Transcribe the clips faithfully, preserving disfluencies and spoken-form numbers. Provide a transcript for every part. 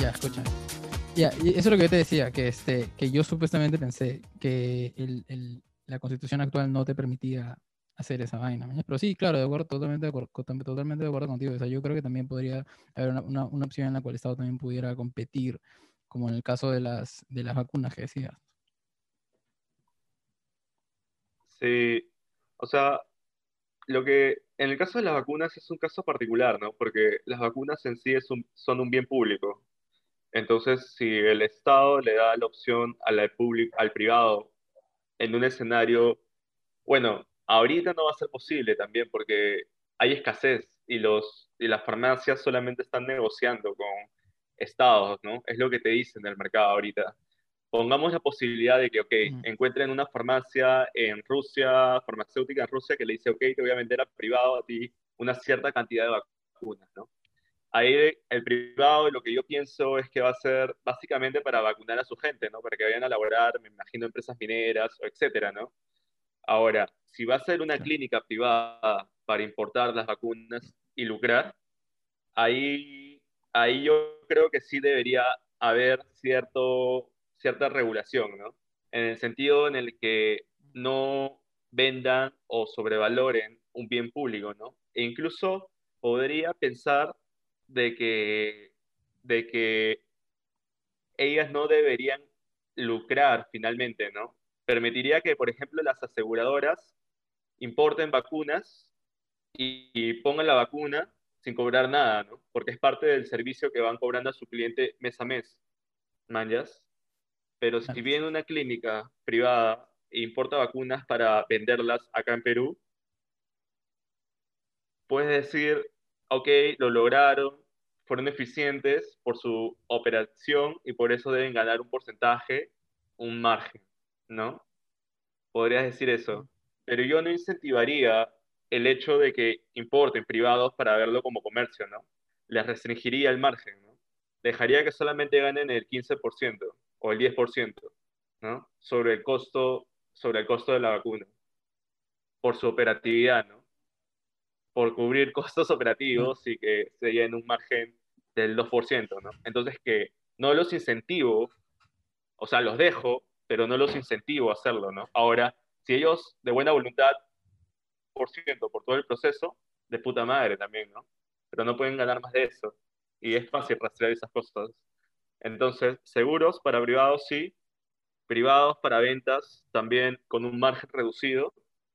ya, escúchame. Ya, y eso es lo que yo te decía, que, este, que yo supuestamente pensé que el, el- la constitución actual no te permitía hacer esa vaina, ¿me entiendes? Pero sí, claro, de acuerdo, totalmente de acuerdo, totalmente de acuerdo contigo. O sea, yo creo que también podría haber una, una, una opción en la cual el Estado también pudiera competir, como en el caso de las, de las vacunas que decías. Sí, o sea, lo que en el caso de las vacunas es un caso particular, ¿no? Porque las vacunas en sí es un- son un bien público. Entonces, si el Estado le da la opción a la públic- al privado en un escenario, bueno, ahorita no va a ser posible también porque hay escasez y los y las farmacias solamente están negociando con estados, ¿no? Es lo que te dicen del mercado ahorita. Pongamos la posibilidad de que, ok, Mm, encuentren una farmacia en Rusia, farmacéutica en Rusia, que le dice, ok, te voy a vender a privado a ti una cierta cantidad de vacunas, ¿no? Ahí el privado, lo que yo pienso es que va a ser básicamente para vacunar a su gente, ¿no? Para que vayan a laborar, me imagino, empresas mineras o etcétera, ¿no? Ahora, si va a ser una claro. clínica privada para importar las vacunas y lucrar, ahí, ahí yo creo que sí debería haber cierto, cierta regulación, ¿no? En el sentido en el que no vendan o sobrevaloren un bien público, ¿no? E incluso podría pensar de que, de que ellas no deberían lucrar finalmente, ¿no? Permitiría que, por ejemplo, las aseguradoras importen vacunas y, y pongan la vacuna sin cobrar nada, ¿no? Porque es parte del servicio que van cobrando a su cliente mes a mes, manjas. Pero si Claro. viene una clínica privada e importa vacunas para venderlas acá en Perú, puedes decir, ok, lo lograron, fueron eficientes por su operación y por eso deben ganar un porcentaje, un margen, ¿no? Podrías decir eso. Pero yo no incentivaría el hecho de que importen privados para verlo como comercio, ¿no? Les restringiría el margen, ¿no? Dejaría que solamente ganen el quince por ciento o el diez por ciento, ¿no? Sobre el costo, sobre el costo de la vacuna, por su operatividad, ¿no? Por cubrir costos Claro. operativos y que se lleven un margen del dos por ciento, ¿no? Entonces que no los incentivo, o sea, los dejo, pero no los incentivo a hacerlo, ¿no? Ahora, si ellos de buena voluntad por ciento por todo el proceso, de puta madre también, ¿no? Pero no pueden ganar más de eso. Y es fácil rastrear esas cosas. Entonces, seguros para privados sí, privados para ventas también con un margen reducido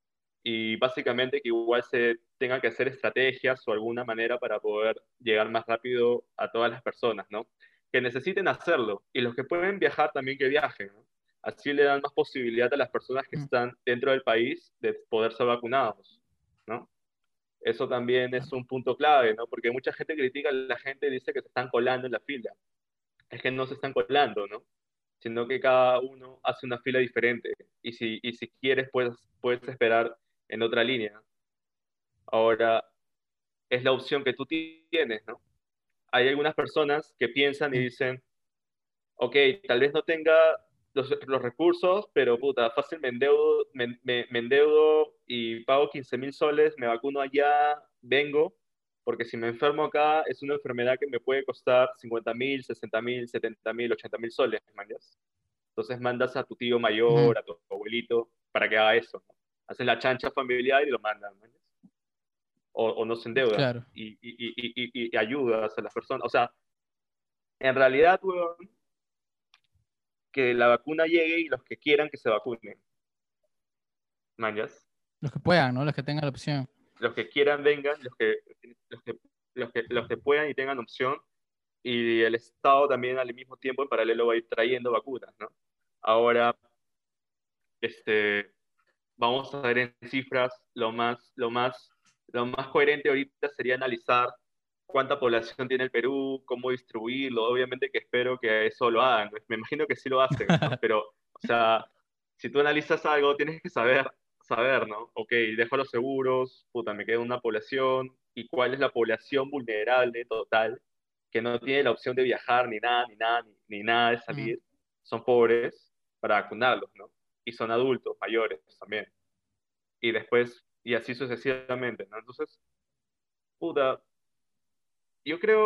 y básicamente que igual se tenga que hacer estrategias o alguna manera para poder llegar más rápido a todas las personas, ¿no? Que necesiten hacerlo y los que pueden viajar también que viajen, ¿no? Así le dan más posibilidad a las personas que Mm, están dentro del país de poder ser vacunados, ¿no? Eso también es claro. un punto clave, ¿no? Porque mucha gente critica a la gente y dice que se están colando en la fila. Es que no se están colando, ¿no? Sino que cada uno hace una fila diferente. Y si, y si quieres, puedes, puedes esperar en otra línea. Ahora, es la opción que tú tienes, ¿no? Hay algunas personas que piensan y Mm, dicen, ok, tal vez no tenga los, los recursos, pero puta, fácil me endeudo, me, me, me endeudo y pago quince mil soles, me vacuno allá, vengo, porque si me enfermo acá es una enfermedad que me puede costar cincuenta mil, sesenta mil, setenta mil, ochenta mil soles, mandas. Entonces mandas a tu tío ujú, mayor, a tu abuelito, para que haga eso, ¿no? Hacen la chancha familiar y lo mandan, mandas. O, o no se endeudan claro. y, y, y, y, y ayudas a las personas. O sea, en realidad, weón, que la vacuna llegue y los que quieran que se vacunen, manjas. Los que puedan, ¿no? Los que tengan la opción. Los que quieran vengan, los que, los que, los que, los que puedan y tengan opción, y el Estado también al mismo tiempo en paralelo va a ir trayendo vacunas, ¿no? Ahora, este, vamos a ver en cifras, lo más, lo más, lo más coherente ahorita sería analizar cuánta población tiene el Perú, cómo distribuirlo, obviamente que espero que eso lo hagan, me imagino que sí lo hacen, ¿no? Pero, o sea, si tú analizas algo, tienes que saber, saber, ¿no? Ok, dejo los seguros, puta, me queda una población, y cuál es la población vulnerable total, que no tiene la opción de viajar, ni nada, ni nada, ni, ni nada de Mm, salir, son pobres, para vacunarlos, ¿no? Y son adultos, mayores también. Y después, y así sucesivamente, ¿no? Entonces, puta, yo creo,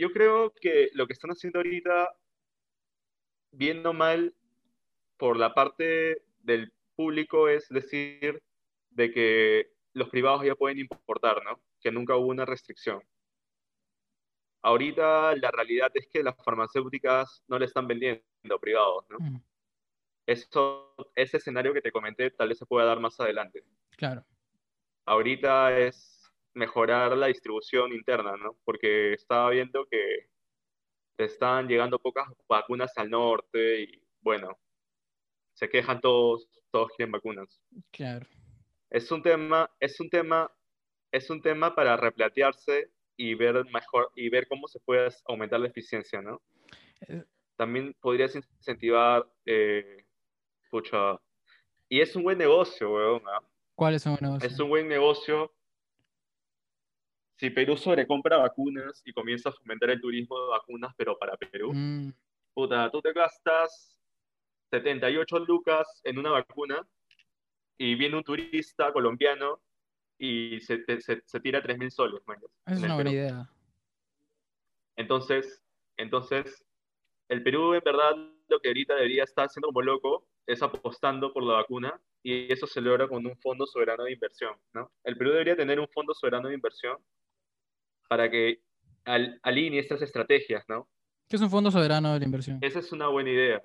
yo creo que lo que están haciendo ahorita, bien o mal, por la parte del público, es decir, de que los privados ya pueden importar, ¿no? Que nunca hubo una restricción. Ahorita la realidad es que las farmacéuticas no le están vendiendo a privados, ¿no? Mm, Eso, ese escenario que te comenté tal vez se pueda dar más adelante. claro. Ahorita es mejorar la distribución interna, ¿no? Porque estaba viendo que te están llegando pocas vacunas al norte y bueno, se quejan todos, todos quieren vacunas. Claro. Es un tema, es un tema, es un tema para replantearse y ver mejor y ver cómo se puede aumentar la eficiencia, ¿no? Eh, También podrías incentivar, eh, pucha, y es un buen negocio, weón, ¿ah? ¿Cuáles son los Es negocios? un buen negocio si Perú sobrecompra vacunas y comienza a fomentar el turismo de vacunas, pero para Perú. Mm, Puta, tú te gastas setenta y ocho lucas en una vacuna y viene un turista colombiano y se, te- se, se tira tres mil soles, man, esa es en una el buena Perú. idea. Entonces, entonces, el Perú en verdad lo que ahorita debería estar haciendo como loco es apostando por la vacuna y eso se logra con un fondo soberano de inversión, ¿no? El Perú debería tener un fondo soberano de inversión para que al, alinee estas estrategias, ¿no? ¿Qué es un fondo soberano de la inversión? Esa es una buena idea.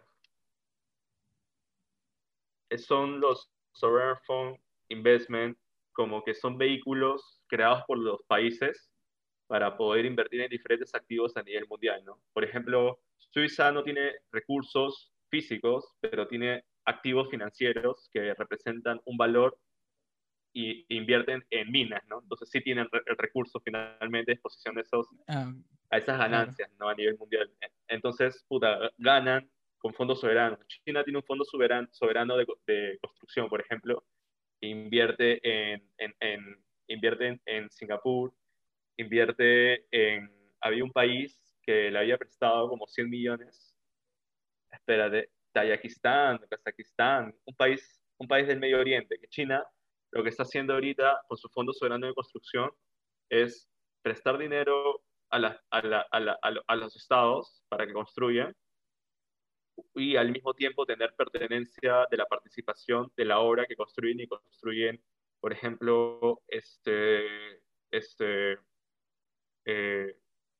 Son los Sovereign Fund Investment, como que son vehículos creados por los países para poder invertir en diferentes activos a nivel mundial, ¿no? Por ejemplo, Suiza no tiene recursos físicos, pero tiene activos financieros que representan un valor y invierten en minas, ¿no? Entonces sí tienen re- el recurso finalmente a disposición de esos, Ah, a esas claro. ganancias, ¿no? A nivel mundial. Entonces, puta, ganan con fondos soberanos. China tiene un fondo soberano, soberano de, de construcción, por ejemplo, que invierte en, en, en, invierte en, en Singapur, invierte en... Había un país que le había prestado como cien millones, espérate, Tayikistán, Kazajistán, un país, un país del Medio Oriente, que China lo que está haciendo ahorita con su Fondo Soberano de Construcción es prestar dinero a, la, a, la, a, la, a, lo, a los estados para que construyan y al mismo tiempo tener pertenencia de la participación de la obra que construyen y construyen, por ejemplo, este, este, eh,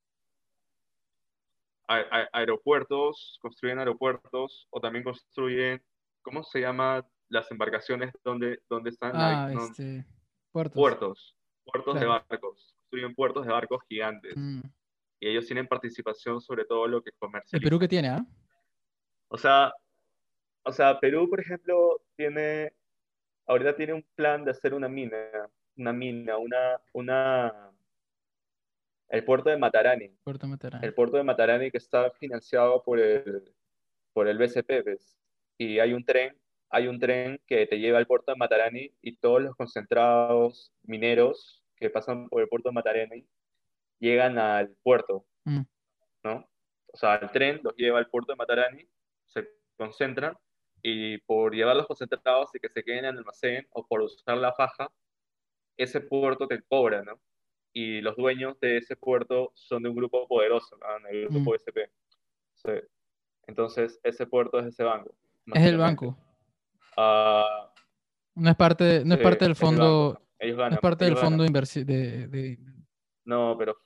a- a- aeropuertos, construyen aeropuertos o también construyen, ¿cómo se llama las embarcaciones donde, donde están? Navi- Ah, no, este, puertos, puertos, puertos de claro. barcos, construyen puertos de barcos gigantes Mm. y ellos tienen participación sobre todo lo que ¿El Perú qué comercializan. tiene, ah? O sea, o sea, Perú, por ejemplo, tiene, ahorita tiene un plan de hacer una mina, una mina, una, una, el puerto de Matarani, Puerto el Matarán. puerto de Matarani que está financiado por el, por el B C P, ¿ves? Y hay un tren, hay un tren que te lleva al puerto de Matarani y todos los concentrados mineros que pasan por el puerto de Matarani llegan al puerto, Mm. ¿no? O sea, el tren los lleva al puerto de Matarani, se concentran y por llevar los concentrados y que se queden en el almacén o por usar la faja, ese puerto te cobra, ¿no? Y los dueños de ese puerto son de un grupo poderoso, ¿no? El Mm. grupo S P. Sí. Entonces, ese puerto es de ese banco, Es el básicamente. banco. Ah, No es parte, no sí, es parte del es el banco. fondo, Ellos no es ganan, parte del ellos fondo ganan. de inversión de, de- No, pero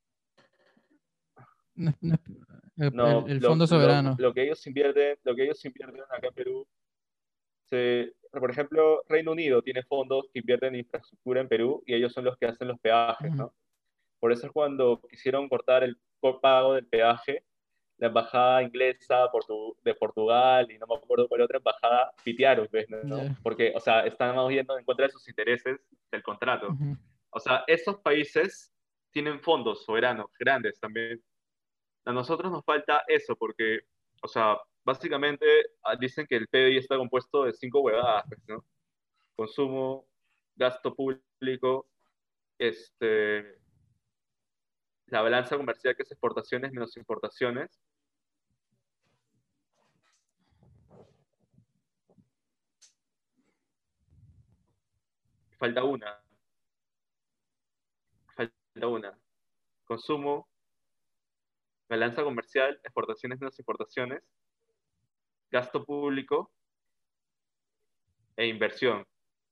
no es- no es- el, el- no, el lo, fondo lo, soberano. lo que ellos invierten, lo que ellos invierten acá en Perú, se, por ejemplo, Reino Unido tiene fondos que invierten en infraestructura en Perú y ellos son los que hacen los peajes, Ujú. ¿no? Por eso es cuando quisieron cortar el pago del peaje, la embajada inglesa Portu- de Portugal y no me acuerdo cuál otra embajada pitearon, ¿ves? ¿No? Ya. Porque, o sea, están más yendo en contra de sus intereses del contrato. Ujú. O sea, esos países tienen fondos soberanos grandes también. A nosotros nos falta eso porque, o sea, básicamente ah, dicen que el P B I está compuesto de cinco huevadas, pues, ¿no? Consumo, gasto público, este, la balanza comercial que es exportaciones menos importaciones. Falta una, falta una. Consumo, balanza comercial, exportaciones menos importaciones, gasto público e inversión.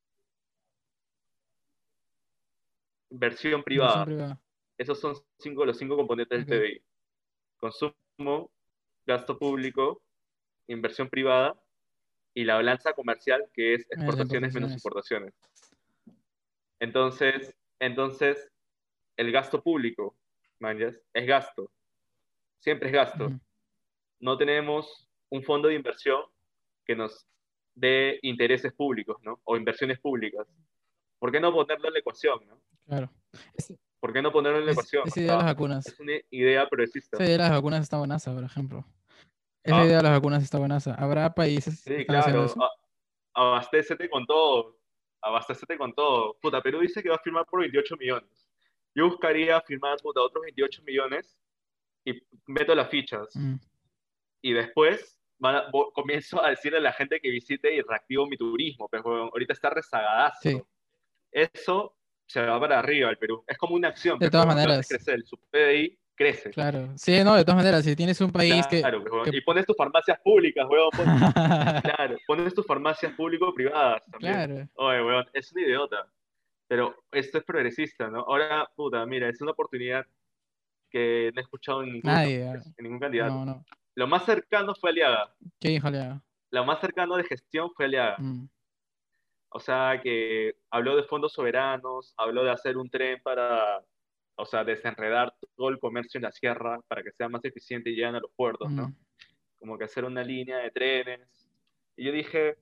Inversión Inversión privada. privada. Esos son cinco, los cinco componentes del Ok. P B I. Consumo, gasto público, inversión privada y la balanza comercial, que es Las exportaciones menos importaciones. importaciones. Entonces, entonces el gasto público, manjas, es gasto. Siempre es gasto. Ujú. No tenemos un fondo de inversión que nos dé intereses públicos, ¿no? O inversiones públicas. ¿Por qué no ponerlo en la ecuación, no? Claro. Es, ¿Por qué no ponerlo en la es, ecuación? O esa idea de sea, las vacunas. es una idea Esa progresista. idea de las vacunas está buenaza, por ejemplo. Esa Ah, idea de las vacunas está buenaza. ¿Habrá países que sí, están haciendo claro. eso? A- abastécete con todo. Abastécete con todo. Puta, Perú dice que va a firmar por veintiocho millones. Yo buscaría firmar, puta, otros veintiocho millones y meto las fichas. Mm, Y después van a- vo- comienzo a decirle a la gente que visite y reactivo mi turismo. Pero weón, ahorita está sí. rezagadazo. Eso se va para arriba el Perú. Es como una acción, De pues, todas weón, lo haces maneras. crecer. Su P D I crece. Claro. Sí, no, de todas maneras, si tienes un país que, Claro, pues, weón. que... Y pones tus farmacias públicas, weón. pon- claro, pones tus farmacias público-privadas también. Claro. Oye, weón, es un idiota. Pero esto es progresista, ¿no? Ahora, puta, mira, es una oportunidad que no he escuchado en ninguno, Nadie. ah, pues, en ningún candidato. No, no. Lo más cercano fue Aliaga. ¿Qué hijo le haga? Lo más cercano de gestión fue Aliaga. Mm, O sea, que habló de fondos soberanos, habló de hacer un tren para, o sea, desenredar todo el comercio en la sierra para que sea más eficiente y lleguen a los puertos, ¿no? mm, Como que hacer una línea de trenes. Y yo dije,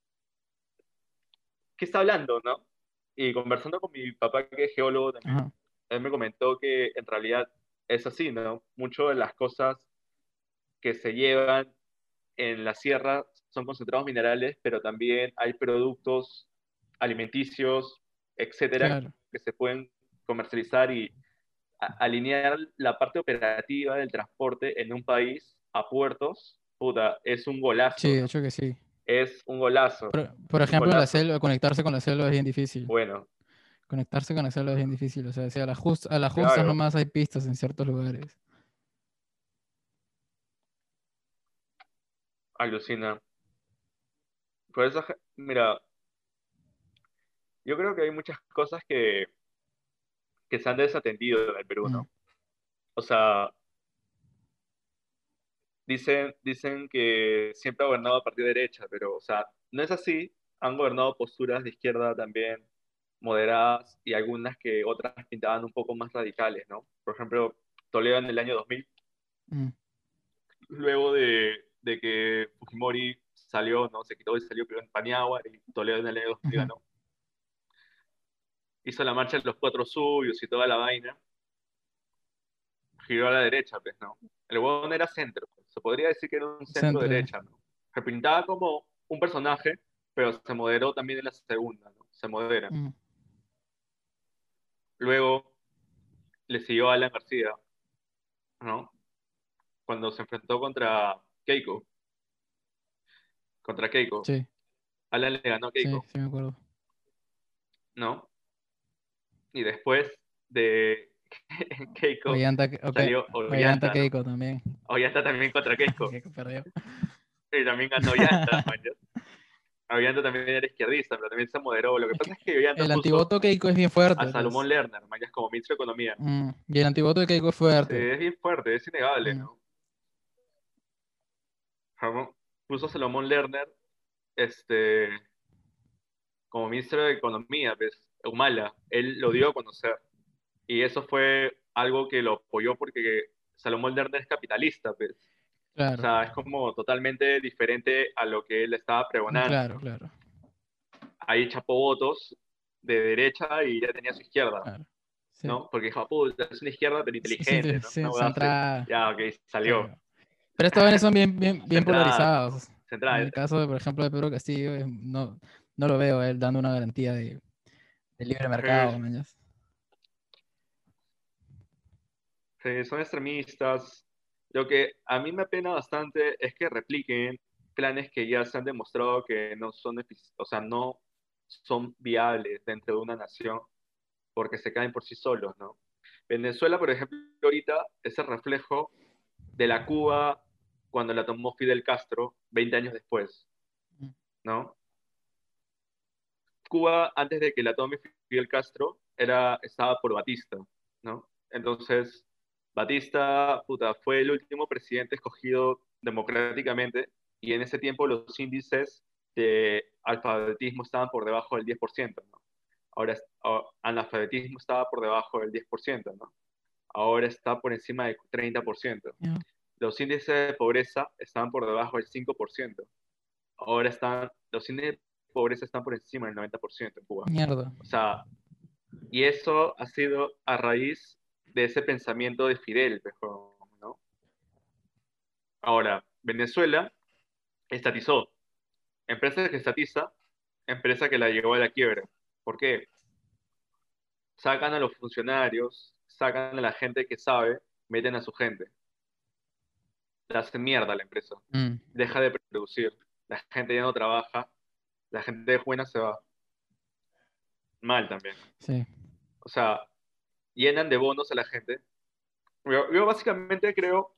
¿qué está hablando, no? Y conversando con mi papá, que es geólogo también, ajá. él me comentó que en realidad es así, ¿no? Mucho de las cosas que se llevan en la sierra son concentrados minerales, pero también hay productos alimenticios, etcétera, Claro. que se pueden comercializar y a- alinear la parte operativa del transporte en un país a puertos, puta, es un Sí, golazo, de ¿no? hecho que sí. Es un golazo, Por, por es un ejemplo, en la golazo. selva, conectarse con la selva es bien difícil. Bueno, Conectarse con la selva es bien difícil. O sea, si a las jus- a las justas claro, nomás hay pistas en ciertos lugares. alucina. Por eso, mira, yo creo que hay muchas cosas que, que se han desatendido en el Perú, Mm, ¿no? O sea, dicen, dicen que siempre ha gobernado a partir de derecha, pero, o sea, no es así. Han gobernado posturas de izquierda también moderadas y algunas que otras pintaban un poco más radicales, ¿no? Por ejemplo, Toledo en el año dos mil, mm, luego de, de que Fujimori salió, ¿no? Se quitó y salió primero en Paniagua y Toledo en el año dos mil ujú. ganó. Hizo la marcha de los cuatro suyos y toda la vaina, giró a la derecha, pues, ¿no? El huevón era centro, pues. Se podría decir que era un centro Centro. derecha, ¿no? Se pintaba como un personaje, pero se moderó también en la segunda, ¿no? Se modera. Mm, Luego le siguió Alan García, ¿no? Cuando se enfrentó contra Keiko, contra Keiko. sí, Alan le ganó a sí, Keiko, sí me acuerdo. ¿no? Y después de Keiko Ollanta, ok, salió Ollanta Ollanta, ¿no? Keiko también. Ollanta también contra Keiko. Keiko perdió. Y también ganó Ollanta, man. Ollanta también era izquierdista, pero también se moderó. Lo que Es pasa que es que Ollanta el puso antivoto Keiko es bien a fuerte, Salomón pues. Lerner, mañas como ministro de Economía. Mm, y el antivoto de Keiko es Sí, fuerte. es bien fuerte, es innegable, Mm, ¿no? Jamón- Puso a Salomón Lerner este, como ministro de Economía, pues, Humala. Él lo dio a conocer. Y eso fue algo que lo apoyó porque Salomón Lerner es capitalista, pues. O claro, sea, es como totalmente diferente a lo que él estaba mm, pregonando, claro, ¿no? claro, Ahí chapó votos de derecha y ya tenía su izquierda, claro. Sí, ¿no? Porque dijo, puta, es una izquierda pero sí, sí, inteligente, ¿no? sí, Una hueá así. centrada, Ya, ok, salió. claro. Pero estos jóvenes son bien, bien, bien Centrada, polarizados. En centrada. el caso, de, por ejemplo, de Pedro Castillo, eh, no, no lo veo a él dando una garantía de, de libre mercado, Sí, mañas. sí, son extremistas. Lo que a mí me apena bastante es que repliquen planes que ya se han demostrado que no son, efic- o sea, no son viables dentro de una nación porque se caen por sí solos, ¿no? Venezuela, por ejemplo, ahorita es el reflejo de la Cuba cuando la tomó Fidel Castro veinte años después, Mm. ¿no? Cuba, antes de que la tome Fidel Castro, era, estaba por Batista, ¿no? Entonces, Batista, puta, fue el último presidente escogido democráticamente y en ese tiempo los índices de alfabetismo estaban por debajo del diez por ciento, ¿no? Ahora, es- a- analfabetismo estaba por debajo del diez por ciento, ¿no? Ahora está por encima del treinta por ciento. Ya. Los índices de pobreza estaban por debajo del cinco por ciento. Ahora están, los índices de pobreza están por encima del noventa por ciento en Cuba. Mierda. O sea, y eso ha sido a raíz de ese pensamiento de Fidel, mejor, ¿no? Ahora, Venezuela estatizó. Empresa que estatiza, empresa que la llevó a la quiebra. ¿Por qué? Sacan a los funcionarios, sacan a la gente que sabe, meten a su gente. La hacen mierda a la empresa. Mm. Deja de producir. La gente ya no trabaja. La gente buena se va. Mal también. Sí. O sea, llenan de bonos a la gente. Yo, yo básicamente creo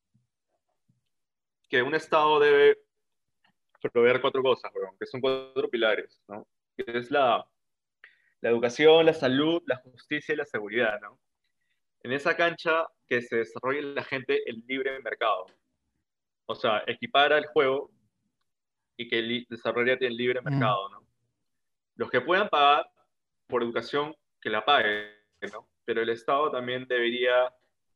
que un Estado debe proveer cuatro cosas, weón, que son cuatro pilares, ¿no? Que es la, la educación, la salud, la justicia y la seguridad, ¿no? En esa cancha que se desarrolle la gente el libre mercado. O sea, equipara el juego y que li- desarrolle el libre Mm. mercado, ¿no? Los que puedan pagar por educación, que la paguen, ¿no? Pero el Estado también debería,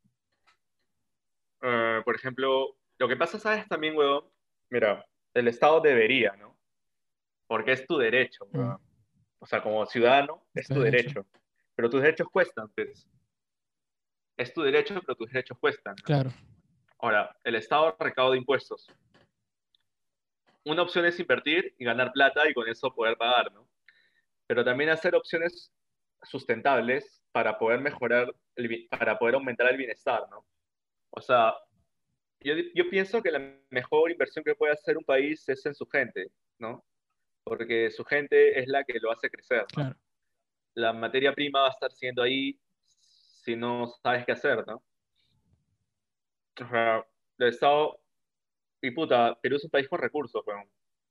eh, por ejemplo, lo que pasa, ¿sabes? También, weón, mira, el Estado debería, ¿no? Porque es tu derecho, Mm. weón. O sea, como ciudadano, es Está tu derecho. derecho. Pero tus derechos cuestan, pues. Es tu derecho, pero tus derechos cuestan, ¿no? Claro. Ahora, el Estado recauda impuestos. Una opción es invertir y ganar plata y con eso poder pagar, ¿no? Pero también hacer opciones sustentables para poder mejorar, el bi- para poder aumentar el bienestar, ¿no? O sea, yo, yo pienso que la mejor inversión que puede hacer un país es en su gente, ¿no? Porque su gente es la que lo hace crecer, ¿no? Claro. La materia prima va a estar siendo ahí si no sabes qué hacer, ¿no? O sea, el Estado, y puta, Perú es un país con recursos, weón.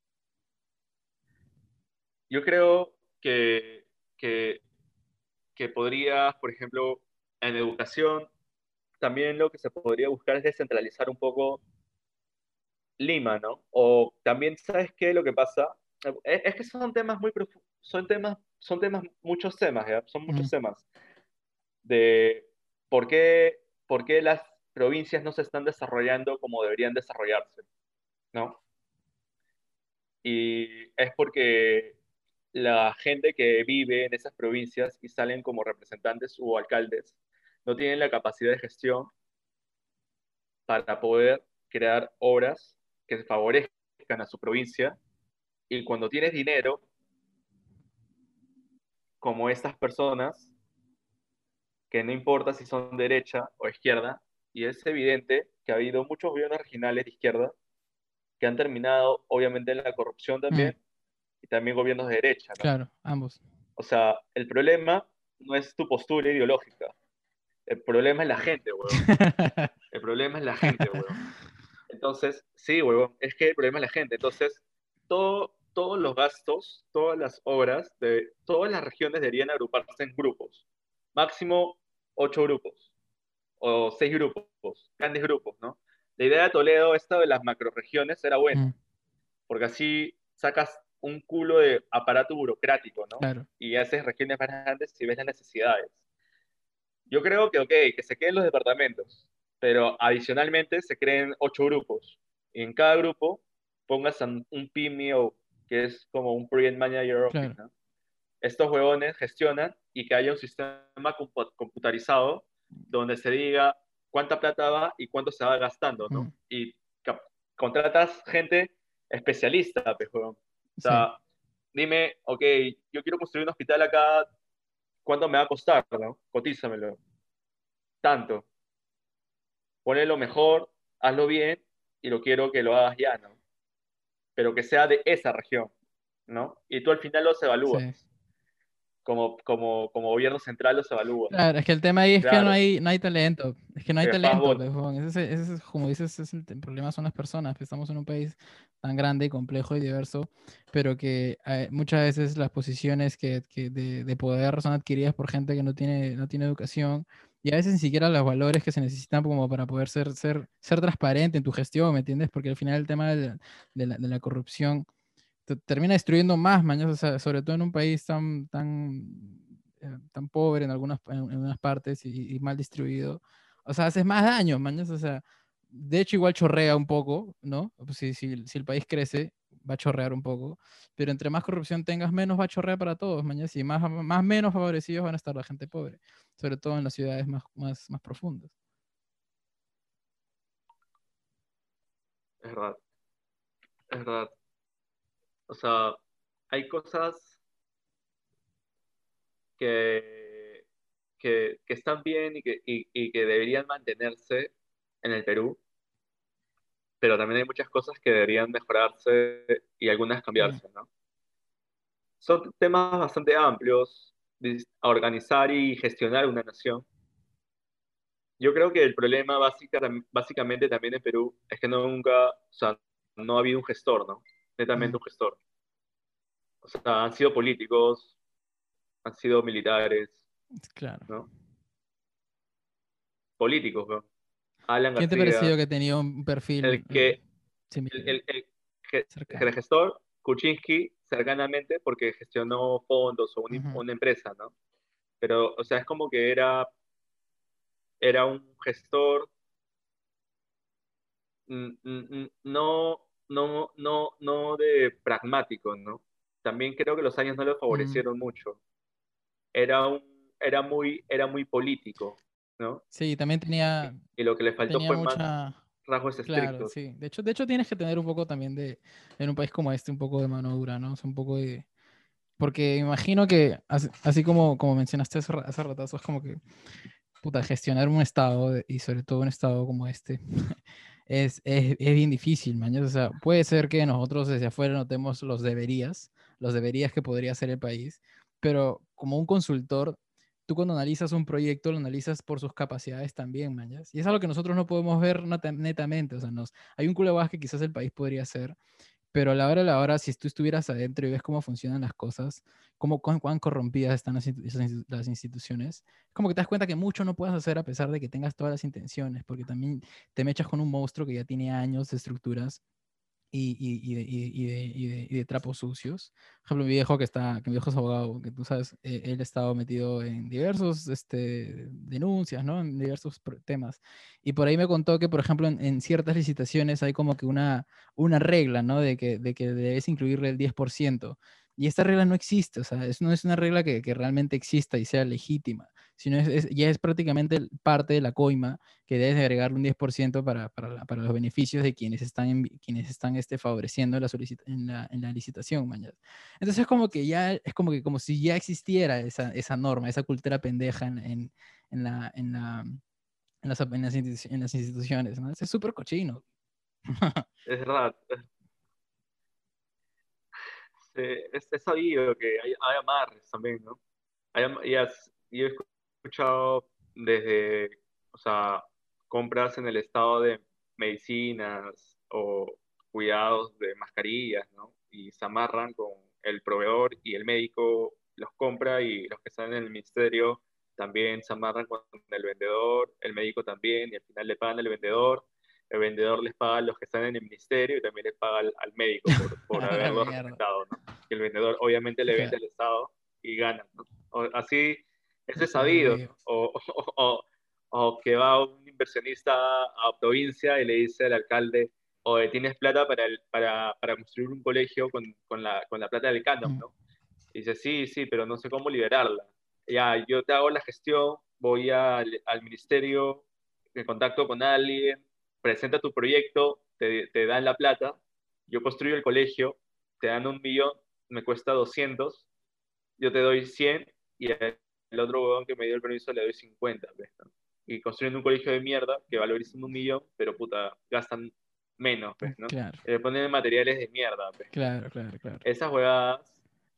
Yo creo que, que, que podría, por ejemplo, en educación, también lo que se podría buscar es descentralizar un poco Lima, ¿no? O también, ¿sabes qué? Lo que pasa es, es que son temas muy profundos, son temas, son temas, muchos temas, ¿ya? Son Mm. muchos temas de por qué, por qué las provincias no se están desarrollando como deberían desarrollarse, ¿no? Y es porque la gente que vive en esas provincias y salen como representantes o alcaldes no tienen la capacidad de gestión para poder crear obras que favorezcan a su provincia. Y cuando tienes dinero, como estas personas, que no importa si son derecha o izquierda, y es evidente que ha habido muchos gobiernos regionales de izquierda que han terminado, obviamente, en la corrupción Mm. también, y también gobiernos de derecha, ¿no? Claro, ambos. O sea, el problema no es tu postura ideológica, el problema es la gente, huevón. El problema es la gente, huevón. Entonces, sí, huevón, es que el problema es la gente. Entonces, todo, todos los gastos, todas las obras de todas las regiones deberían agruparse en grupos. Máximo ocho grupos o seis grupos, grandes grupos, ¿no? La idea de Toledo, esta de las macroregiones, era buena, Mm. porque así sacas un culo de aparato burocrático, ¿no? Claro. Y haces regiones más grandes y ves las necesidades. Yo creo que, ok, que se queden los departamentos, pero adicionalmente se creen ocho grupos. Y en cada grupo pongas a un P M O, que es como un Project Manager Office, Claro. ¿no? Estos huevones gestionan y que haya un sistema compu- computarizado donde se diga cuánta plata va y cuánto se va gastando, Mm. ¿no? Y cap- contratas gente especialista, pues, huevón. O Sí. sea, dime, ok, yo quiero construir un hospital acá, ¿cuánto me va a costar, no? Cotízamelo. Tanto. Ponle lo mejor, hazlo bien y lo quiero que lo hagas ya, ¿no? Pero que sea de esa región, ¿no? Y tú al final los Sí. evalúas. como, como, como gobierno central los evalúa. Claro, es que el tema ahí es que no Claro, hay, no hay talento. Es que no hay el talento, fastball. pues, huevón. Ese, es- ese es, como dices, ese es el, te- el problema son las personas. Pues, estamos en un país tan grande y complejo y diverso, pero que eh, muchas veces las posiciones que, que de, de poder son adquiridas por gente que no tiene, no tiene educación y a veces ni siquiera los valores que se necesitan como para poder ser, ser, ser transparente en tu gestión, ¿me entiendes? Porque al final el tema de la, de la, de la corrupción te- termina destruyendo más, mañana, o sea, sobre todo en un país tan, tan, eh, tan pobre en algunas, en, en unas partes y, y mal distribuido. O sea, haces más daño, mañana, o sea, de hecho igual chorrea un poco, ¿no? Pues si, si, si el país crece, va a chorrear un poco, pero entre más corrupción tengas, menos va a chorrear para todos, mañana, y más, más menos favorecidos van a estar la gente pobre, sobre todo en las ciudades más, más, más profundas. Es verdad, es verdad. O sea, hay cosas que, que, que están bien y que, y, y que deberían mantenerse en el Perú, pero también hay muchas cosas que deberían mejorarse y algunas Mm, cambiarse, ¿no? Son temas bastante amplios, dis- a organizar y gestionar una nación. Yo creo que el problema básica, básicamente también en Perú es que no nunca, o sea, no ha habido un gestor, ¿no? Netamente mm, un gestor. O sea, han sido políticos, han sido militares, claro. ¿no? Políticos, ¿no? Alan ¿Quién te García, pareció que tenía un perfil el eh, que, el, similar, el, el, ge- el cercano? gestor, Kuczynski, cercanamente, porque gestionó fondos o una, Ujú. una empresa, ¿no? Pero, o sea, es como que era, era un gestor mm, mm, mm, no, no, no, no de pragmático, ¿no? También creo que los años no lo Mm, favorecieron mucho. Era un, era muy, era muy político, ¿no? sí, también tenía, Y lo que le faltó tenía fue más mucha, rasgos claro, estrictos. sí. De hecho, de hecho tienes que tener un poco también de, en un país como este, un poco de mano dura, ¿no? O sea, un poco de, porque imagino que, así, así como, como mencionaste hace, ra- hace ratazo, es como que, puta, gestionar un estado, de- y sobre todo un estado como este, es, es, es bien difícil, mañana. O sea, puede ser que nosotros desde afuera notemos los deberías, los deberías que podría hacer el país, pero como un consultor, tú cuando analizas un proyecto lo analizas por sus capacidades también, mañas. Y es algo que nosotros no podemos ver neta- netamente. O sea, nos, hay un culo que quizás el país podría hacer, pero a la hora de la hora, si tú estuvieras adentro y ves cómo funcionan las cosas, cómo, cuán, cuán corrompidas están las, institu- esas institu- las instituciones, es como que te das cuenta que mucho no puedes hacer a pesar de que tengas todas las intenciones, porque también te mechas con un monstruo que ya tiene años de estructuras y, y, y de, y, y de, y de- y de trapos sucios. Por ejemplo, mi viejo que está, que mi viejo es abogado, que tú sabes, eh, él ha estado metido en diversos este, denuncias, ¿no? En diversos pro- temas. Y por ahí me contó que, por ejemplo, en, en ciertas licitaciones hay como que una, una regla, ¿no? De que, de que debes incluirle el diez por ciento. Y esta regla no existe, o sea, es, no es una regla que, que realmente exista y sea legítima, sino es, es- ya es prácticamente parte de la coima que debes de agregarle un diez por ciento para, para, la- para los beneficios de quienes están, en- quienes están este, favoreciendo la, solicita- en la, en la licitación, mañana. Entonces es como que ya, es como que como si ya existiera esa, esa norma, esa cultura pendeja en, en, en la, en la, en las, en las institu- en las instituciones, ¿no? Es súper cochino. Es verdad. Eh, es, es sabido que hay, hay amarres también, ¿no? Hay am- y has- y he escuchado desde, o sea, compras en el estado de medicinas o cuidados de mascarillas, ¿no? Y se amarran con el proveedor y el médico los compra y los que están en el ministerio también se amarran con el vendedor, el médico también, y al final le pagan al vendedor, el vendedor les paga a los que están en el ministerio y también les paga al, al médico por, por A la haberlo mierda. recomendado, ¿no? Y el vendedor obviamente le vende Ja, al Estado y gana, ¿no? O- así, eso es puta, qué sabido, feo. ¿no? O, o, o, o que va un inversionista a provincia y le dice al alcalde, oye, tienes plata para, el, para, para construir un colegio con, con, la, con la plata del canon, Mm, ¿no? Y dice, sí, sí, pero no sé cómo liberarla. Ya, yo te hago la gestión, voy al, al ministerio, me contacto con alguien, presenta tu proyecto, te, te dan la plata, yo construyo el colegio, te dan un millón, me cuesta doscientos, yo te doy cien y el otro huevón que me dio el permiso le doy cincuenta, pues, ¿no? Y construyen un colegio de mierda que valorizan un millón, pero puta, gastan menos, pues, ¿no? claro, Le ponen materiales de mierda, pues, ¿no? claro, claro, claro. Esas huevadas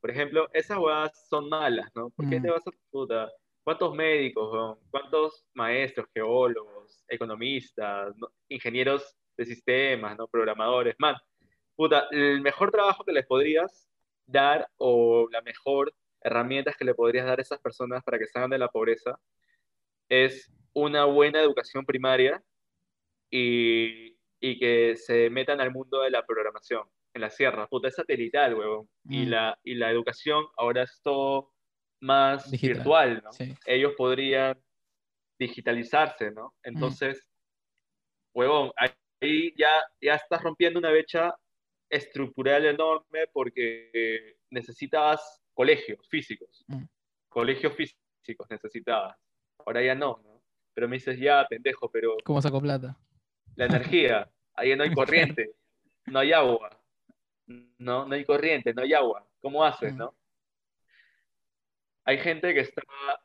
Por ejemplo, esas huevas son malas, ¿no? ¿Por qué te Mm, vas a puta? ¿Cuántos médicos, weón? ¿Cuántos maestros, geólogos, economistas, ¿no? Ingenieros de sistemas, ¿no? Programadores, man? Puta, el mejor trabajo que les podrías dar o la mejor herramientas que le podrías dar a esas personas para que salgan de la pobreza es una buena educación primaria y, y que se metan al mundo de la programación en la sierra. Puta, es satelital, huevón. Y mm, la, y la educación ahora es todo más digital, virtual, ¿no? sí. Ellos podrían digitalizarse, ¿no? Mm, Entonces, huevón, ahí ya, ya estás rompiendo una brecha estructural enorme porque necesitabas colegios físicos, mm. colegios físicos necesitabas. Ahora ya no, ¿no? Pero me dices, ya, pendejo, pero ¿Cómo saco plata? la energía, ahí no hay Claro. corriente, no hay agua, no, no hay corriente, no hay agua. ¿Cómo haces, Mm, no? Hay gente que está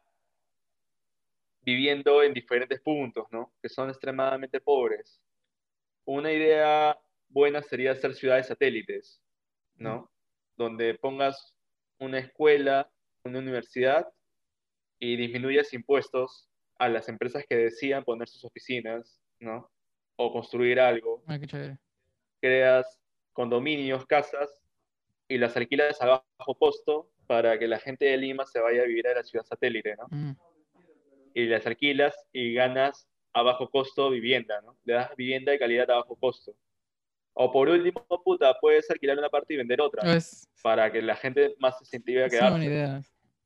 viviendo en diferentes puntos, ¿no? Que son extremadamente pobres. Una idea buena sería hacer ciudades satélites, mm, ¿no? Donde pongas una escuela, una universidad y disminuyas impuestos a las empresas que decidan poner sus oficinas, ¿no? O construir algo. ah, qué chévere. Creas condominios, casas y las alquilas a bajo costo para que la gente de Lima se vaya a vivir a la ciudad satélite, ¿no? Mm, Y las alquilas y ganas a bajo costo vivienda, ¿no? Le das vivienda de calidad a bajo costo. O por último, puta, puedes alquilar una parte y vender otra Es, para que la gente más se incentive a es una buena quedarse. idea.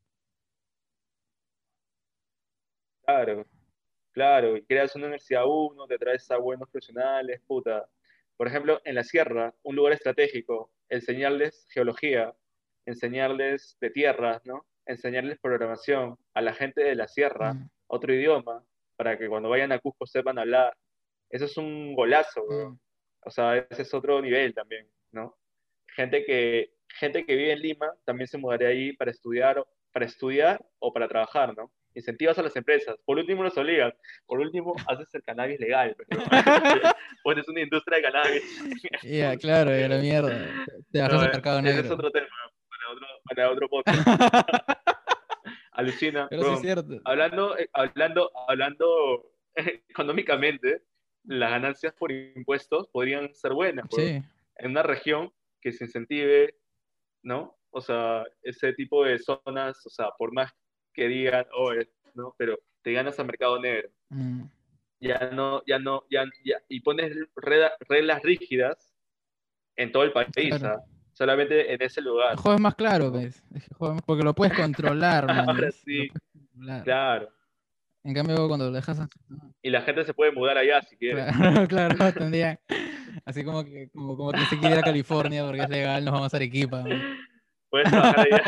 Claro, claro. Y creas una universidad uno, te traes a buenos profesionales, puta. Por ejemplo, en la sierra, un lugar estratégico, enseñarles geología, enseñarles de tierras, ¿no? Enseñarles programación a la gente de la sierra, Mm, otro idioma, para que cuando vayan a Cusco sepan hablar. Eso es un golazo, bro. mm, O sea, ese es otro nivel también, ¿no? Gente que, gente que vive en Lima también se mudaría ahí para estudiar, para estudiar o para trabajar, ¿no? Incentivas a las empresas. Por último, los obligas. Por último, haces el cannabis legal, pero pones una industria de cannabis. ya, claro, ya la mierda. Te te bajas No, al mercado ese es negro. otro tema para otro, para otro podcast. Alucina, Pero sí es bro. cierto. Hablando, eh, hablando, hablando económicamente, las ganancias por impuestos podrían ser buenas, bro. Sí, En una región que se incentive, ¿no? O sea, ese tipo de zonas, o sea, por más que digan, oh, es- ¿no? Pero te ganas al mercado negro. mm, Ya no, ya no, ya, ya, y pones reda- reglas rígidas en todo el país, claro. ¿ah? Solamente en ese El lugar, juego es más claro, ¿no? ¿ves? Es que el juego es más- porque lo puedes controlar, Ahora mañas. Lo sí, puedes controlar. claro. En cambio, cuando lo dejas así, no. Y la gente se puede mudar allá si quiere. Claro, claro, tendría. Así como que, como, como quien se quiere ir a California porque es legal, nos vamos a Arequipa, man. Puedes trabajar allá.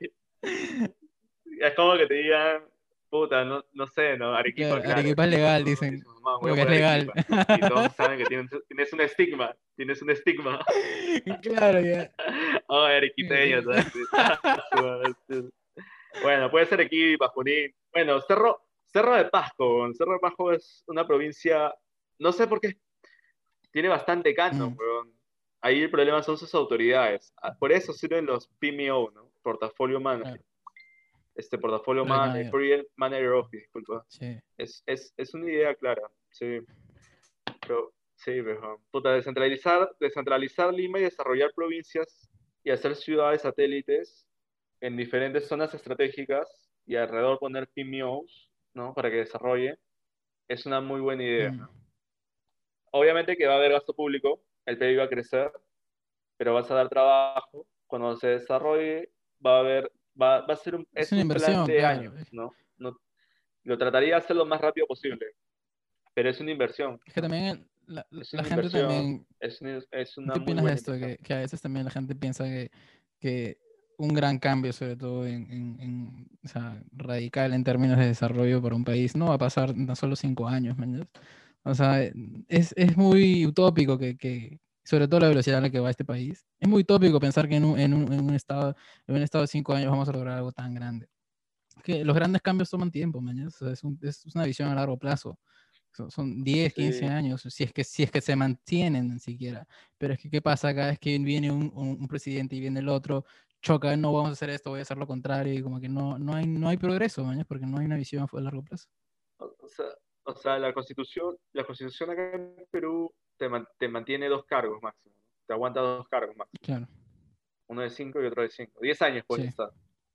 Es como que te digan, puta, no, no sé, ¿no? Arequipa, Claro, claro, Arequipa es Arequipa. legal, Oh, dicen. dices, mamá, voy a Porque es mudar a legal. Arequipa. Y todos saben que tienes, tienes un estigma, tienes un estigma. Claro, ya. Oh, arequipeño, ¿sabes? Bueno, puede ser Arequipa, Junín. Bueno, Cerro, Cerro de Pasco. Cerro de Pasco es una provincia, no sé por qué, tiene bastante canon, Mm, weón. Ahí el problema son sus autoridades. Ah, por eso sirven los P M O, ¿no? Portafolio claro, Manager. Este portafolio Project manager, Manager. project manager office, disculpa. Sí. Es, es, es una idea clara, sí, pero sí, mejor. Puta, descentralizar, descentralizar Lima y desarrollar provincias y hacer ciudades satélites en diferentes zonas estratégicas y alrededor poner P M Os, ¿no? Para que desarrolle, es una muy buena idea, Mm. ¿no? Obviamente que va a haber gasto público, el P I B va a crecer, pero vas a dar trabajo. Cuando se desarrolle, va a haber, va, va a ser un, Es es una un plan inversión, de claro. años, ¿no? No, lo trataría de hacer lo más rápido posible, pero es una inversión, Es que ¿no? también el- la, la- Es la una gente inversión, también, es una, es una ¿qué muy opinas de buena esto? inversión. Que, que a veces también la gente piensa que, que un gran cambio, sobre todo en, en- en, o sea, radical en términos de desarrollo para un país, no va a pasar en tan solo cinco años, ¿me entiendes? O sea, es, es muy utópico que, que, sobre todo la velocidad a la que va este país, es muy utópico pensar que en un, en un, en un estado, en un estado de cinco años vamos a lograr algo tan grande. Que los grandes cambios toman tiempo, ¿me entiendes? O sea, es, un- es una visión a largo plazo. Son, son diez, quince Sí, años, si es que, si es que se mantienen siquiera. Pero es que, ¿qué pasa? Cada vez que viene un, un- un presidente y viene el otro, choca, no vamos a hacer esto, voy a hacer lo contrario, y como que no, no, hay, no hay progreso, mañas, porque no hay una visión a largo plazo. O, o sea, o sea, la constitución, la constitución acá en Perú te, man- te mantiene dos cargos máximo, ¿no? Te aguanta dos cargos máximo, Claro, uno de cinco y otro de cinco. Diez años puedes sí. estar.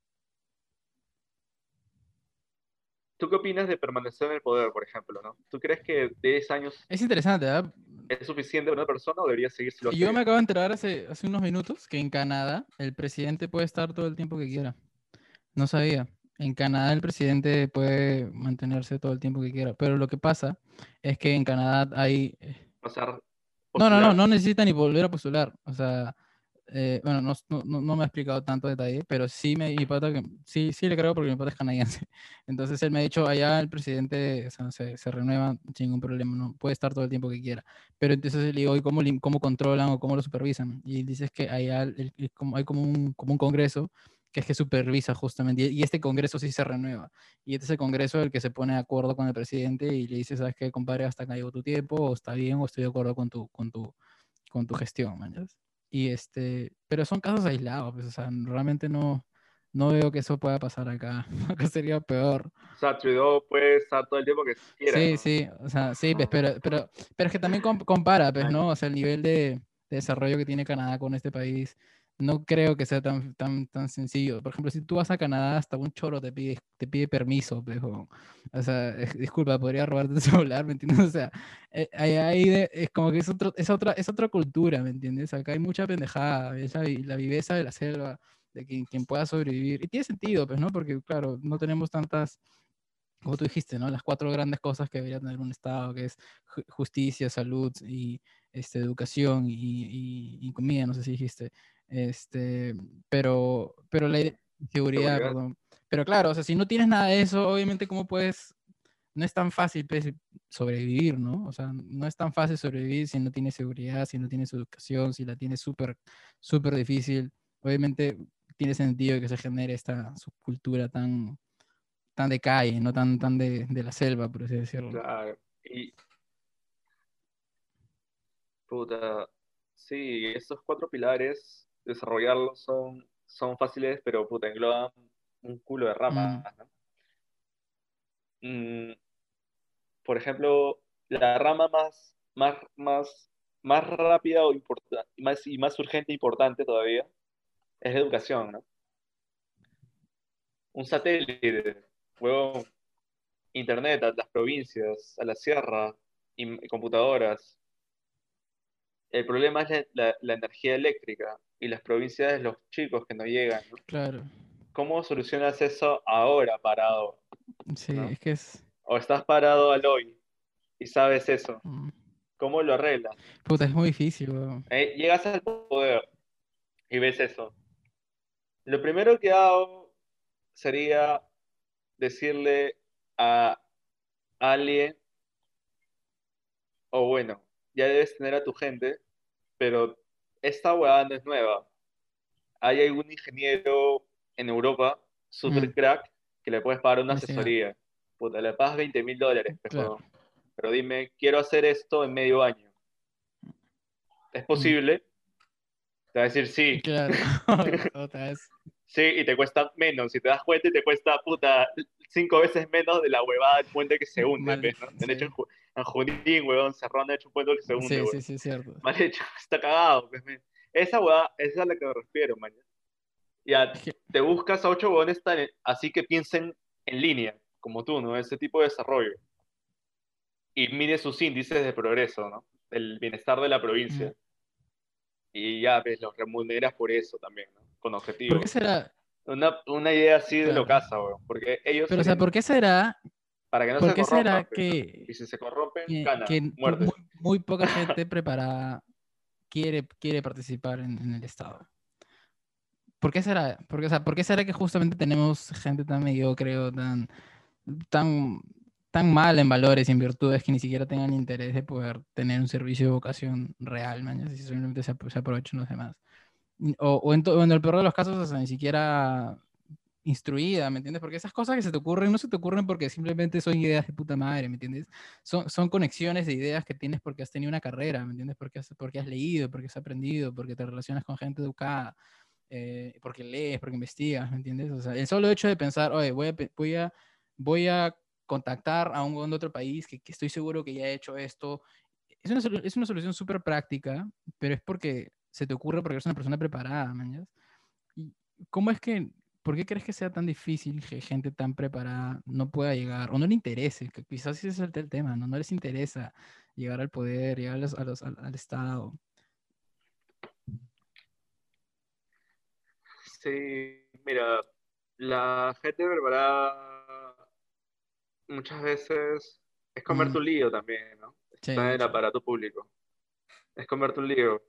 ¿Tú qué opinas de permanecer en el poder, por ejemplo, ¿no? ¿Tú crees que diez años Es interesante, ¿verdad? es suficiente para una persona o debería seguir si lo hace Yo me bien? acabo de enterar hace, hace unos minutos que en Canadá el presidente puede estar todo el tiempo que quiera. No sabía. En Canadá el presidente puede mantenerse todo el tiempo que quiera, pero lo que pasa es que en Canadá hay... O sea, No, no, no, postular. no necesita ni volver a postular. O sea, eh, bueno, no, no, no- no me ha explicado tanto detalle, pero sí me mi pata que sí, sí le creo porque mi pata es canadiense. Entonces él me ha dicho, allá el presidente o sea, se, se renueva sin ningún problema, no puede estar todo el tiempo que quiera. Pero entonces le digo, ¿y cómo, lim- cómo controlan o cómo lo supervisan? Y dices que allá el- el- como, hay como un, como un congreso que es que supervisa justamente, y, y este congreso sí se renueva. Y este es el congreso el que se pone de acuerdo con el presidente y le dice, ¿sabes qué, compadre? Hasta acá llegó tu tiempo, o está bien, o estoy de acuerdo con tu, con tu, con tu gestión, man. ¿Ya? Y este, pero son casos aislados, pues, o sea, realmente no, no veo que eso pueda pasar acá. Acá sería peor. O sea, Trudeau puede estar todo el tiempo que quiera, Sí, ¿no? sí, o sea, sí, pues, pero, pero, pero es que también com- compara, pues, Ay, ¿no? O sea, el nivel de, de desarrollo que tiene Canadá con este país, no creo que sea tan, tan, tan sencillo. Por ejemplo, si tú vas a Canadá, hasta un choro te pide, te pide permiso, pues, o, o sea, es- disculpa, podría robarte el celular, ¿me entiendes? O sea, eh, ahí, ahí de- es como que es, otro, es, otra, es otra cultura, ¿me entiendes? Acá hay mucha pendejada, es la, vi- la viveza de la selva, de quien, quien pueda sobrevivir. Y tiene sentido, pues, ¿no? Porque, claro, no tenemos tantas como tú dijiste, ¿no? Las cuatro grandes cosas que debería tener un Estado, que es ju- justicia, salud y este, educación y, y- y comida, no sé si dijiste. Este, pero, pero la idea, seguridad, seguridad. perdón. Pero claro, o sea, si no tienes nada de eso, obviamente, ¿cómo puedes? No es tan fácil pues, sobrevivir, ¿no? O sea, no es tan fácil sobrevivir si no tienes seguridad, si no tienes educación, si la tienes súper, súper difícil. Obviamente tiene sentido que se genere esta subcultura tan tan de calle, no tan, tan de, de la selva, por así decirlo. Claro. Y, puta, sí, estos cuatro pilares, desarrollarlos son, son fáciles, pero, puta, engloban un culo de Mm, ramas, ¿no? Mm, por ejemplo, la rama más, más, más, más rápida o importante, más, y más urgente e importante todavía es la educación, ¿no? Un satélite, huevón, internet a las provincias, a la sierra, y, y computadoras. El problema es la, la- la energía eléctrica y las provincias, los chicos que no llegan, ¿no? claro, ¿Cómo solucionas eso ahora parado, sí, ¿no? es que es... O estás parado al hoy y sabes eso. mm, ¿Cómo lo arreglas? puta, es muy difícil, weón. Eh, llegas al poder y ves eso. Lo primero que hago sería decirle a alguien, o bueno, ya debes tener a tu gente, pero esta huevada no es nueva. Hay algún ingeniero en Europa, Mm, super crack, que le puedes pagar una investigar, asesoría. Puta, le pagas veinte mil dólares, pues, claro. huevón. Pero dime, quiero hacer esto en medio año. ¿Es Mm, posible? Te va a decir sí, claro, otra vez. sí, y te cuesta menos. Si te das cuenta, te cuesta, puta, cinco veces menos de la huevada del puente que se hunde, Mal, ¿ves, no? Han hecho en, sí, Ju- en Junín, huevón, Cerrón ha hecho un puente que se hunde, sí, huevón. sí, sí, es cierto. Mal hecho, está cagado, pues, men. Esa huevada, esa es a la que me refiero, man. Ya Es que, te buscas a ocho huevones tan- así que piensen en línea, como tú, ¿no? Ese tipo de desarrollo. Y mide sus índices de progreso, ¿no? El bienestar de la mm, provincia. Y ya, pues, los remuneras por eso también, ¿no? Con ¿por qué objetivos. será? Una, una idea así de lo Claro. casa, weón. Porque ellos Pero, o sea, quieren, ¿por qué será, para que no por se qué corrompan, será pues, ¿no? que, Y si se corrompen, que, cana, que po- muy, muerte. muy poca gente preparada quiere, quiere participar en, en el Estado? ¿Por qué será? Porque, o sea, ¿por qué será que justamente tenemos gente tan mediocre o tan, tan, tan mal en valores y en virtudes que ni siquiera tengan interés de poder tener un servicio de vocación real, man? Si simplemente se, apro- se aprovechan los demás. O, o en, to- o en el peor de los casos, o sea, ni siquiera instruida, ¿me entiendes? Porque esas cosas que se te ocurren no se te ocurren porque simplemente son ideas de puta madre, ¿me entiendes? Son, son conexiones de ideas que tienes porque has tenido una carrera, ¿me entiendes? Porque has, porque has leído, porque has aprendido, porque te relacionas con gente educada. eh, porque lees, porque investigas, ¿me entiendes? O sea, el solo hecho de pensar, oye, voy a, pe- voy a, voy a contactar a un de otro país que, que estoy seguro que ya ha hecho esto, es una, solu- es una solución súper práctica, pero es porque se te ocurre porque eres una persona preparada, ¿me entiendes? ¿Y cómo es que, por qué crees que sea tan difícil que gente tan preparada no pueda llegar, o no le interese, que quizás ese es el, el tema, ¿no? No les interesa llegar al poder, llegar a los, a los- al, al Estado. Sí, mira, la gente preparada muchas veces es Mm, comerte un lío también, ¿no? sí, Está de en el hecho. aparato público. Es comerte un lío.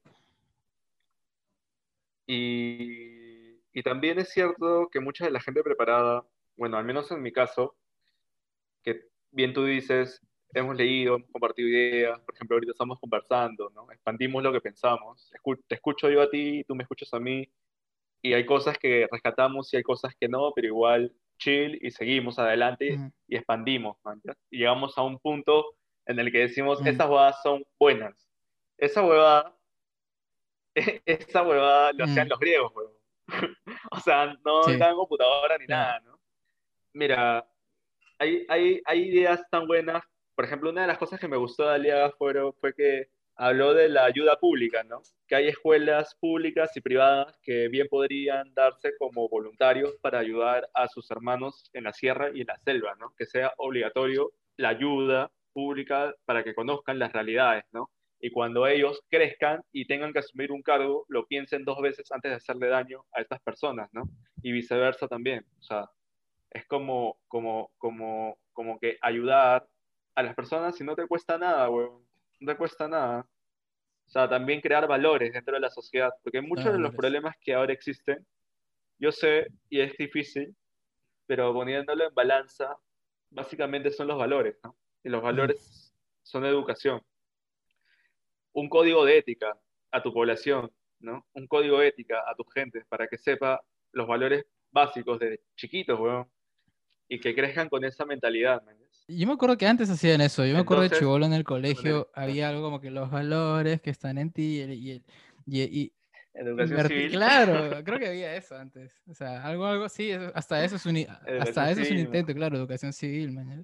Y, y también es cierto que mucha de la gente preparada, bueno, al menos en mi caso, que bien tú dices, hemos leído, hemos compartido ideas, por ejemplo, ahorita estamos conversando, ¿no? Expandimos lo que pensamos. Escu- te escucho yo a ti, tú me escuchas a mí, y hay cosas que rescatamos y hay cosas que no, pero igual chill y seguimos adelante Mm, y expandimos, man, ¿ya? Y llegamos a un punto en el que decimos, mm, esas huevadas son buenas. Esa huevada, esa huevada lo hacían mm, los griegos, huevón. O sea, no sí, necesitaban computadora ni claro. nada, ¿no? Mira, hay, hay, hay ideas tan buenas. Por ejemplo, una de las cosas que me gustó de Aliaga fue, fue que habló de la ayuda pública, ¿no? Que hay escuelas públicas y privadas que bien podrían darse como voluntarios para ayudar a sus hermanos en la sierra y en la selva, ¿no? Que sea obligatorio la ayuda pública para que conozcan las realidades, ¿no? Y cuando ellos crezcan y tengan que asumir un cargo, lo piensen dos veces antes de hacerle daño a estas personas, ¿no? Y viceversa también. O sea, es como, como, como, como que ayudar a las personas si no te cuesta nada, weón. No te cuesta nada. O sea, también crear valores dentro de la sociedad, porque Claro, muchos de los valores. problemas que ahora existen, yo sé, y es difícil, pero poniéndolo en balanza, básicamente son los valores, ¿no? Y los Mm. valores son educación. Un código de ética a tu población, ¿no? Un código de ética a tu gente para que sepa los valores básicos de chiquitos, weón, y que crezcan con esa mentalidad, ¿me entiendes? Yo me acuerdo que antes hacían eso. Yo me acuerdo de Entonces, chibolo en el poner colegio, había algo como que los valores que están en ti y, el- y, el- y, y educación invertir. civil, Claro, creo que había eso antes. O sea, algo, algo, sí, eso- hasta eso es un, i- educación hasta eso es un civil, man. intento, claro, educación civil, man.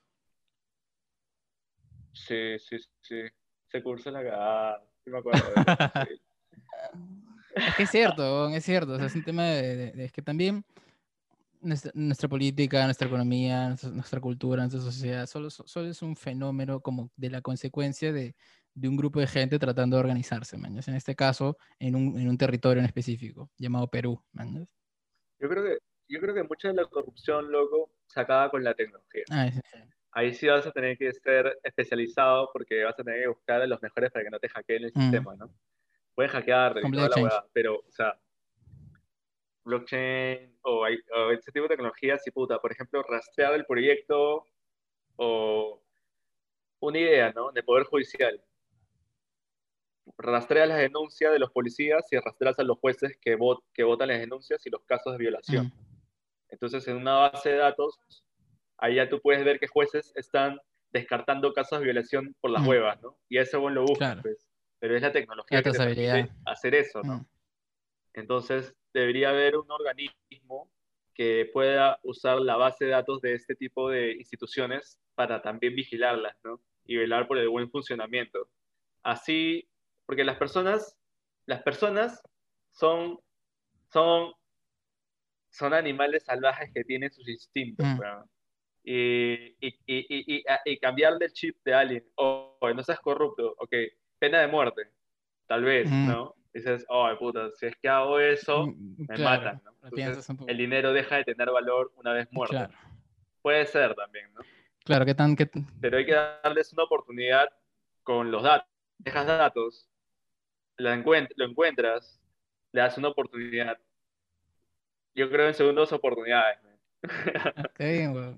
Sí, sí, sí. Ese curso es la cagada. Sí me acuerdo de educación civil. Es que es cierto, weón, es cierto. O sea, es un tema de, de- de- es que también nuestra, nuestra política, nuestra economía, nuestra, nuestra cultura, nuestra sociedad, solo, so- solo es un fenómeno como de la consecuencia de, de un grupo de gente tratando de organizarse, mañas. En este caso, en un, en un territorio en específico, llamado Perú, mañas. Yo creo que, yo creo que mucha de la corrupción, loco, se acaba con la tecnología. Ah, sí, sí. Ahí sí vas a tener que ser especializado porque vas a tener que buscar a los mejores para que no te hackeen el Mm, sistema, ¿no? Pueden hackear y complete toda la change. hueá, pero, o sea, blockchain o, hay- o ese tipo de tecnología, sí, puta. Por ejemplo, rastrear el proyecto o una idea, ¿no? De poder judicial. Rastreas las denuncias de los policías y rastreas a los jueces que, vot que votan las denuncias y los casos de violación. Mm, Entonces, en una base de datos, ahí ya tú puedes ver que jueces están descartando casos de violación por las mm, huevas, ¿no? Y a eso vos lo buscas, claro, pues. Pero es la la tecnología que te trazabilidad. permite hacer eso, Mm, ¿no? Entonces, debería haber un organismo que pueda usar la base de datos de este tipo de instituciones para también vigilarlas, ¿no? Y velar por el buen funcionamiento. Así, porque las personas, las personas son, son, son animales salvajes que tienen sus instintos, mm, weón. Y, y, y, y, y, y cambiarle el chip de alguien, o oh, no seas corrupto, ok, pena de muerte, tal vez, mm, ¿no? Dices, oh, puta, si es que hago eso, mm, me claro, matan, ¿no? lo piensas Entonces, un el poco. dinero deja de tener valor una vez muerto. Claro, Puede ser también, ¿no? claro, ¿qué tan, qué, Pero hay que darles una oportunidad con los datos. Dejas datos, lo, encuent lo encuentras, le das una oportunidad. Yo creo en segundas oportunidades. ¿No? qué bien, weón.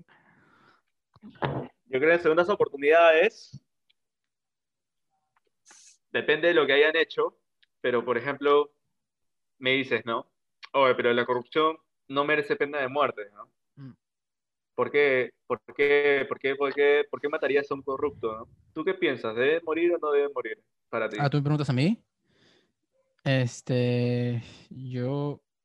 Yo creo en segundas oportunidades. Depende de lo que hayan hecho, pero por ejemplo, me dices, ¿no? Oye, pero la corrupción no merece pena de muerte, ¿no? Mm. ¿Por qué, por qué, por qué, por qué, por qué matarías a un corrupto, ¿no? ¿Tú qué piensas? ¿Debe morir o no debe morir para ti? Ah, ¿tú me preguntas a mí? Este, yo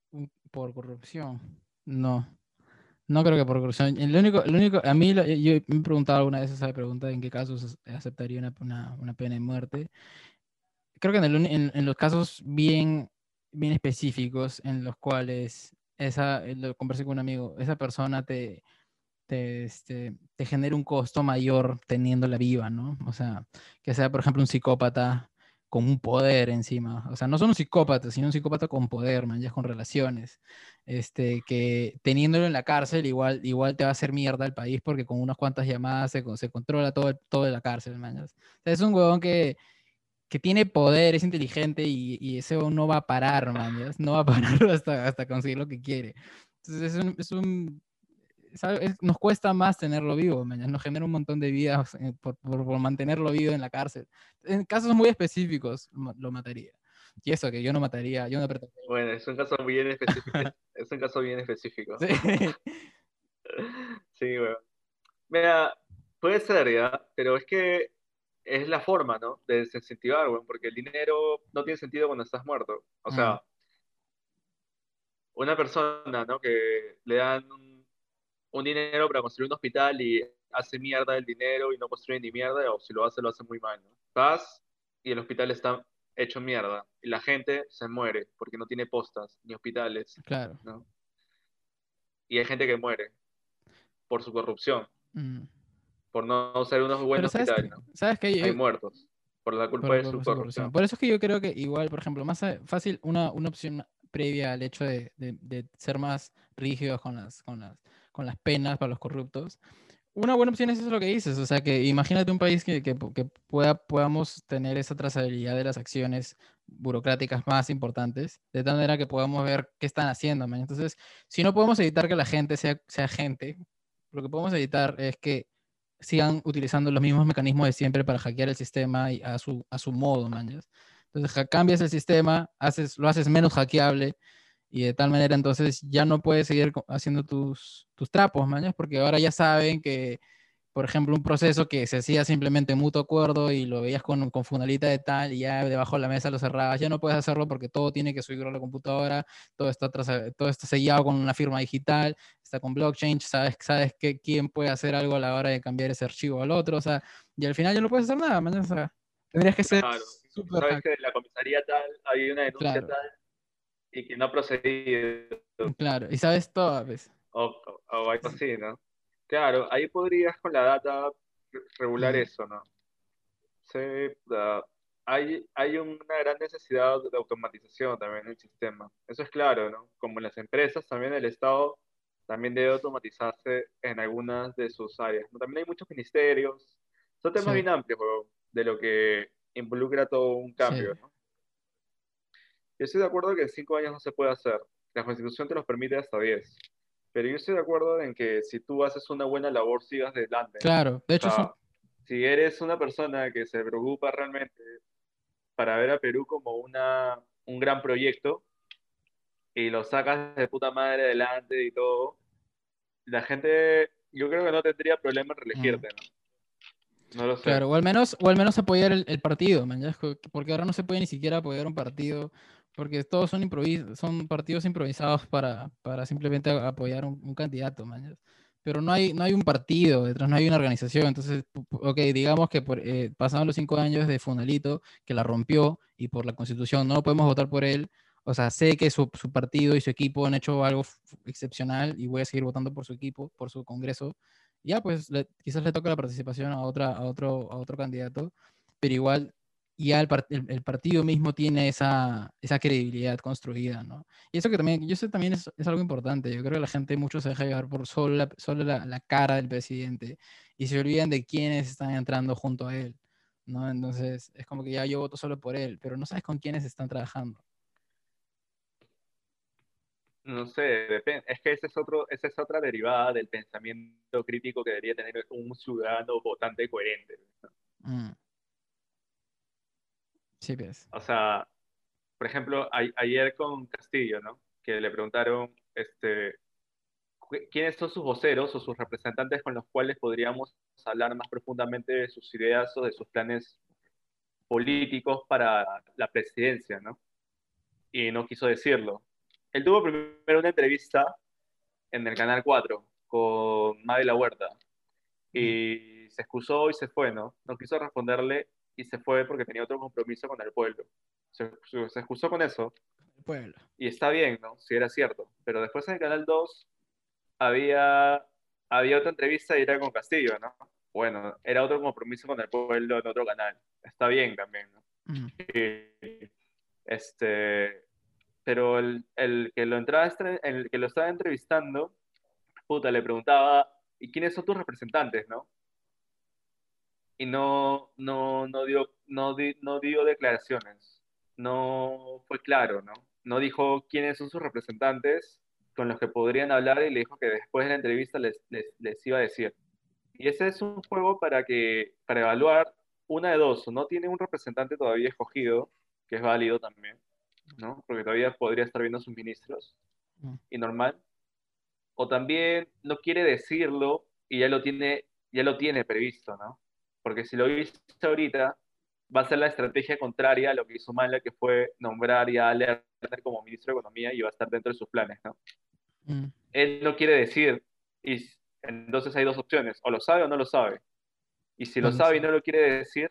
por corrupción. No, no creo que por corrupción. El único, el único, a mí, lo- yo me he preguntado alguna vez esa pregunta, ¿en qué casos aceptaría una, una, una pena de muerte? Creo que en, el uni- en- en los casos bien, bien específicos en los cuales esa, eh, lo conversé con un amigo, esa persona te, te, este, te genera un costo mayor teniéndola viva, ¿no? O sea, que sea, por ejemplo, un psicópata con un poder encima. O sea, no solo un psicópata, sino un psicópata con poder, man, ya con relaciones. Este, que teniéndolo en la cárcel, igual, igual te va a hacer mierda el país porque con unas cuantas llamadas se, con- se controla todo, todo de la cárcel, man. O sea, es un huevón que que tiene poder, es inteligente y, y ese huevón no va a parar, man, ¿ya? No va a parar hasta, hasta conseguir lo que quiere. Entonces es un, es un ¿sabe? Es- nos cuesta más tenerlo vivo, man, ¿ya? Nos genera un montón de vidas eh, por, por- por mantenerlo vivo en la cárcel. En casos muy específicos ma- lo mataría. Y eso, que yo no mataría, yo no apretaría. Bueno, es un caso bien específico. Es, es un caso bien específico. Sí. Sí, bueno. Mira, puede ser, ¿ya? Pero es que es la forma, ¿no? De desincentivar, weón, porque el dinero no tiene sentido cuando estás muerto. O Mm, sea, una persona, ¿no? Que le dan un, un dinero para construir un hospital y hace mierda el dinero y no construye ni mierda, o si lo hace, lo hace muy mal, ¿no? Vas y el hospital está hecho mierda y la gente se muere porque no tiene postas ni hospitales, claro. ¿no? Y hay gente que muere por su corrupción, Mm. por no ser un buen Pero sabes hospital, que, ¿no? sabes que Hay yo, muertos por la culpa Por, de por- su por su corrupción. corrupción. Por eso es que yo creo que igual, por ejemplo, más a- fácil, una, una opción previa al hecho de, de- de ser más rígidos con las, con las, con las penas para los corruptos. Una buena opción es eso lo que dices, o sea, que imagínate un país que, que, que pueda, podamos tener esa trazabilidad de las acciones burocráticas más importantes, de tal manera que podamos ver qué están haciendo, man. Entonces, si no podemos evitar que la gente sea, sea gente, lo que podemos evitar es que sigan utilizando los mismos mecanismos de siempre para hackear el sistema y a su, a su modo, man. ¿Ya? Entonces, ja- cambias el sistema, haces, lo haces menos hackeable y de tal manera entonces ya no puedes seguir co- haciendo tus, tus trapos, mañas, porque ahora ya saben que, por ejemplo, un proceso que se hacía simplemente mutuo acuerdo y lo veías con, con funalita de tal y ya debajo de la mesa lo cerrabas, ya no puedes hacerlo porque todo tiene que subirlo a la computadora, todo está, tras- todo está sellado con una firma digital, está con blockchain, sabes, sabes que, quién puede hacer algo a la hora de cambiar ese archivo al otro, o sea, y al final ya no puedes hacer nada, mañana, o sea, tendrías que ser Claro. súper Sabes hack, que de la comisaría tal había una denuncia claro, tal y que no ha procedido claro, y sabes todo, pues. o, o- o algo así, ¿no? Claro, ahí podrías con la data re- regular Mm, eso, ¿no? Sí, da- hay, hay una gran necesidad de automatización también en el sistema. Eso es claro, ¿no? Como en las empresas, también el Estado también debe automatizarse en algunas de sus áreas, ¿no? También hay muchos ministerios. Son temas sí, bien amplios, weón, de lo que involucra todo un sí. cambio, ¿no? Yo estoy de acuerdo que en cinco años no se puede hacer. La Constitución te los permite hasta diez. Pero yo estoy de acuerdo en que si tú haces una buena labor, sigas adelante, ¿no? Claro, de O hecho sea, son, si eres una persona que se preocupa realmente para ver a Perú como una, un gran proyecto y lo sacas de puta madre adelante y todo, la gente, yo creo que no tendría problema en mm, reelegirte, ¿no? No lo sé. claro, o al menos, o al menos apoyar el, el partido, man, ya es co- porque ahora no se puede ni siquiera apoyar un partido, porque todos son improvis son partidos improvisados para, para simplemente a- apoyar un, un candidato, man, ya. Pero no hay, no hay un partido detrás, no hay una organización. Entonces, pu- pu- ok, digamos que por, eh, pasaron los cinco años de Funalito, que la rompió y por la Constitución no podemos votar por él. O sea, sé que su, su partido y su equipo han hecho algo f- excepcional y voy a seguir votando por su equipo, por su Congreso ya pues le- quizás le toca la participación a, otra, a, otro, a otro candidato, pero igual ya el, par- el- el partido mismo tiene esa, esa credibilidad construida, ¿no? Y eso que también, yo sé también es, es algo importante, yo creo que la gente mucho se deja llevar por solo la, solo la, la cara del presidente y se olvidan de quiénes están entrando junto a él, ¿no? Entonces es como que ya yo voto solo por él, pero no sabes con quiénes están trabajando. No sé, depende. Es que ese es otro, esa es otra derivada del pensamiento crítico que debería tener un ciudadano votante coherente. Mm, sí, pues. O sea, por ejemplo, a- ayer con Castillo, ¿no? Que le preguntaron, este, cu- quiénes son sus voceros o sus representantes con los cuales podríamos hablar más profundamente de sus ideas o de sus planes políticos para la presidencia, ¿no? Y no quiso decirlo. él tuvo primero una entrevista en el Canal cuatro con Mabe La Huerta Mm. y se excusó y se fue, ¿no? No quiso responderle y se fue porque tenía otro compromiso con el pueblo. Se, se excusó con eso El pueblo. y está bien, ¿no? Si era cierto. Pero después en el Canal dos había, había otra entrevista y era con Castillo, ¿no? Bueno, era otro compromiso con el pueblo en otro canal. Está bien también, ¿no? Mm. Y, este, pero el, el que lo entraba, el que lo estaba entrevistando, puta, le preguntaba, ¿y quiénes son tus representantes, no? Y no, no, no dio, no, di- no dio declaraciones, no fue claro, ¿no? No dijo quiénes son sus representantes con los que podrían hablar y le dijo que después de la entrevista les, les, les iba a decir. Y ese es un juego para que, para evaluar una de dos, o no tiene un representante todavía escogido, que es válido también, ¿no? Porque todavía podría estar viendo sus ministros, Mm. y normal, o también no quiere decirlo y ya lo tiene, ya lo tiene previsto, ¿no? Porque si lo dice ahorita, va a ser la estrategia contraria a lo que hizo Mala, que fue nombrar ya a Lerner como ministro de Economía y va a estar dentro de sus planes, ¿no? Mm. Él no quiere decir, y entonces hay dos opciones, o lo sabe o no lo sabe. Y si lo Bueno, sabe y sí. no lo quiere decir,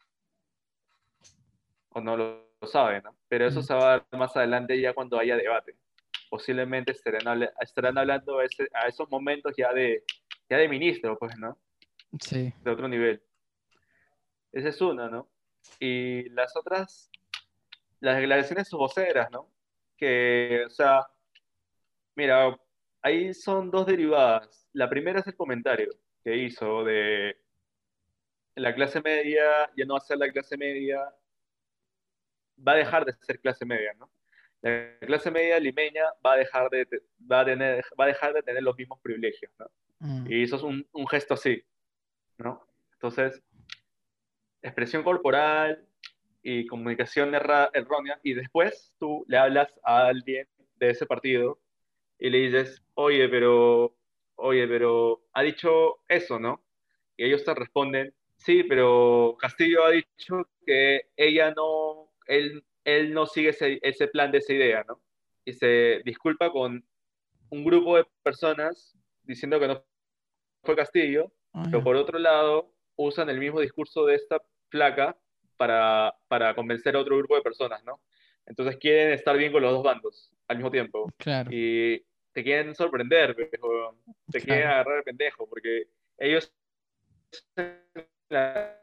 o no lo, lo sabe, ¿no? Pero eso Mm. se va a dar más adelante ya cuando haya debate. Posiblemente estarán, habla- estarán hablando a, ese- a esos momentos ya de, ya de ministro, pues, ¿no? Sí. De otro nivel. Esa es una, ¿no? Y las otras, las declaraciones voceras, ¿no? Que, o sea, mira, ahí son dos derivadas. La primera es el comentario que hizo de la clase media, ya no va a ser la clase media, va a dejar de ser clase media, ¿no? La clase media limeña va a dejar de, va a tener, va a dejar de tener los mismos privilegios, ¿no? Mm. Y eso es un, un gesto así, ¿no? Entonces, expresión corporal y comunicación erra- errónea, y después tú le hablas a alguien de ese partido y le dices, oye, pero, oye, pero ha dicho eso, ¿no? Y ellos te responden, sí, pero Castillo ha dicho que ella no, él, él no sigue ese, ese plan de esa idea, ¿no? Y se disculpa con un grupo de personas diciendo que no fue Castillo, Ah, pero ya. por otro lado usan el mismo discurso de esta placa para, para convencer a otro grupo de personas, ¿no? Entonces quieren estar bien con los dos bandos al mismo tiempo Claro, y te quieren sorprender, pero te quieren claro. agarrar el pendejo porque ellos en la,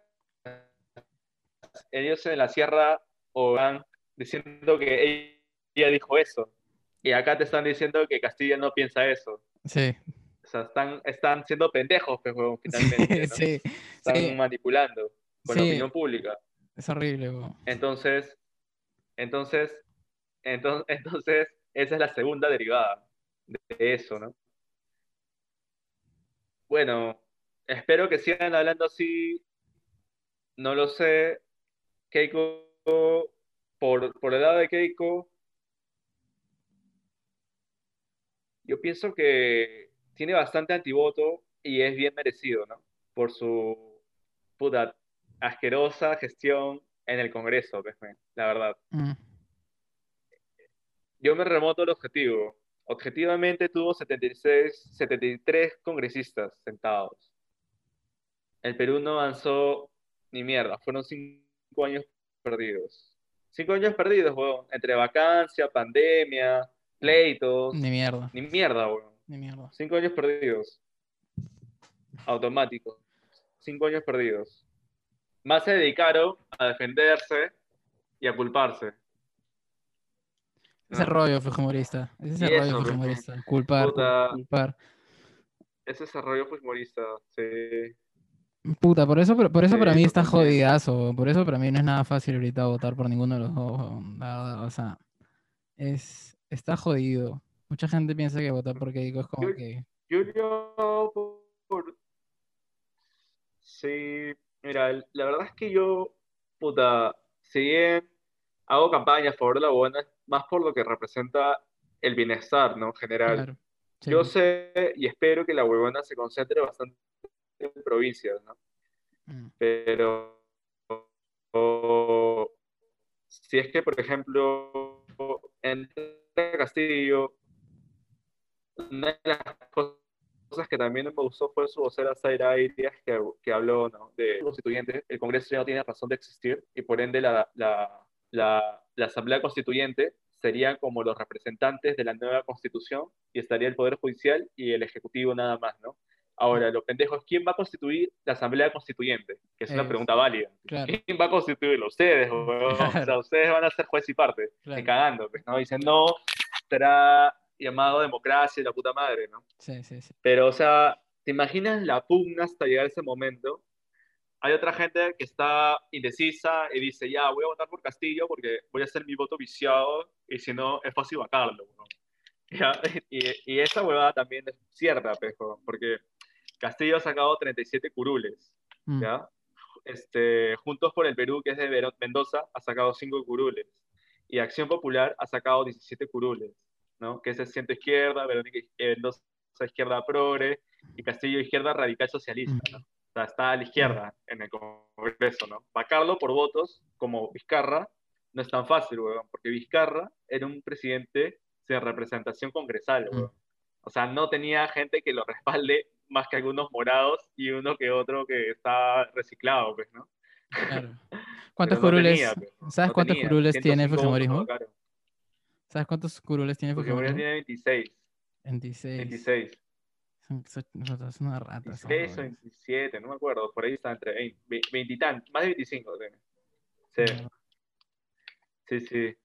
ellos en la sierra o van diciendo que ella dijo eso y acá te están diciendo que Castilla no piensa eso. Sí. O sea, están, están siendo pendejos, pues, huevón, finalmente, Sí, ¿no? sí, Están sí, manipulando con la sí, opinión pública. es horrible, weón. Entonces, entonces, entonces, entonces, esa es la segunda derivada de eso, ¿no? Bueno, espero que sigan hablando así, no lo sé. Keiko, por, por el lado de Keiko, yo pienso que tiene bastante antivoto y es bien merecido, ¿no? Por su puta asquerosa gestión en el Congreso, pues, men, la verdad. Mm. Yo me remoto al objetivo. Objetivamente tuvo setenta y seis, setenta y tres congresistas sentados. El Perú no avanzó ni mierda, fueron cinco años perdidos. Cinco años perdidos, weón, entre vacancia, pandemia, Ni pleitos, mierda, ni mierda, weón. ni mierda. Cinco años perdidos, automáticos. Cinco años perdidos. Más se dedicaron a defenderse y a culparse, Ese ¿no? rollo fujimorista, es ese Y rollo eso, pues, men, fujimorista, culpar, culpar, puta, culpar. ese desarrollo humorista, sí, Puta, por eso, por eso para sí, mí está totalmente. jodidazo, por eso para mí no es nada fácil ahorita votar por ninguno de los dos, weón, la verdad, o sea, es, está jodido. Mucha gente piensa que votar por Keiko es Yo, como que, yo, yo, por, sí, mira, la verdad es que yo, puta, si bien hago campaña a favor de la buena, es más por lo que representa el bienestar, ¿no? En general. claro, sí, Yo pues. sé y espero que la huevona se concentre bastante en provincias, ¿no? Mm. Pero o- si es que, por ejemplo, entré a Castillo, una de las cosas que también me gustó fue su vocera Zaira Arias, que, que habló, ¿no?, de constituyente. El Congreso ya no tiene razón de existir y por ende la, la, la, la Asamblea Constituyente serían como los representantes de la nueva Constitución y estaría el Poder Judicial y el Ejecutivo nada más, ¿no? Ahora, lo pendejo es quién va a constituir la Asamblea Constituyente, que es una Es, pregunta válida. claro, ¿Quién va a constituirlo? Ustedes, weón. O sea, claro, ustedes van a ser juez y parte, ni claro. cagando, pues, ¿no? Dicen, no, será llamado democracia y la puta madre, ¿no? Sí, sí, sí. Pero, o sea, ¿te imaginas la pugna hasta llegar a ese momento? Hay otra gente que está indecisa y dice, ya, voy a votar por Castillo porque voy a hacer mi voto viciado y si no, es fácil vacarlo, ¿no? ¿Ya? Y, y esa huevada también es cierta, pejo, porque Castillo ha sacado treinta y siete curules, Mm, ¿ya? Este, Juntos por el Perú, que es de Vero- Mendoza, ha sacado cinco curules. Y Acción Popular ha sacado diecisiete curules, ¿no? Que es el Centro Izquierda, Verónica eh, Mendoza Izquierda Progre y Castillo Izquierda Radical mm, Socialista, ¿no? O sea, está a la mm, izquierda en el Congreso, ¿no? Vacarlo por votos, como Vizcarra, no es tan fácil, weón, porque Vizcarra era un presidente sin representación congresal, mm. weón. O sea, no tenía gente que lo respalde más que algunos morados y uno que otro que está reciclado, pues, ¿no? Claro. ¿Cuántos Pero no curules, tenía, pues, ¿no? sabes No cuántos tenía. curules ciento tiene el cinco votos lo Fujimorismo? vacaron. ¿Sabes cuántos curules tiene el Porque Moreira Fujimorismo? tiene veintiséis. veintiséis. veintiséis. Son, son, son una rata esos veintiséis o jóvenes. veintisiete, no me acuerdo. Por ahí está entre veinte y tantos. Más de veinticinco tiene. Sí, No. sí, sí.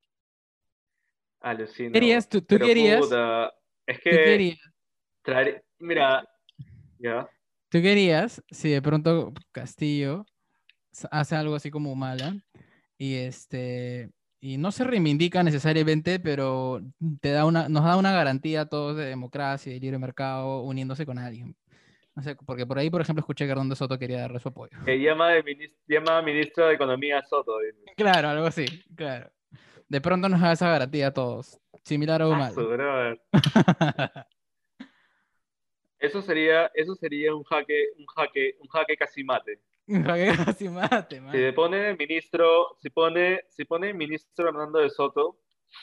Alucina, Querías, weón. tú, tú Pero querías, puta, es tú que querías, traer, mira, ya. tú querías, si de pronto Castillo s- hace algo así como mala y este y no se reivindica necesariamente, pero te da una, nos da una garantía a todos de democracia y libre mercado uniéndose con alguien. No sé, porque por ahí, por ejemplo, escuché que Hernando Soto quería darle su apoyo. Que llama, de ministro, llama a ministro de Economía a Soto, dice. Claro, algo así, claro. De pronto nos da esa garantía a todos, similar o Ah, mal. su brother. Eso sería, eso sería un jaque, un jaque, un jaque casi mate. Casi mate, Si man. le pone ministro, si pone, si pone ministro Hernando de Soto,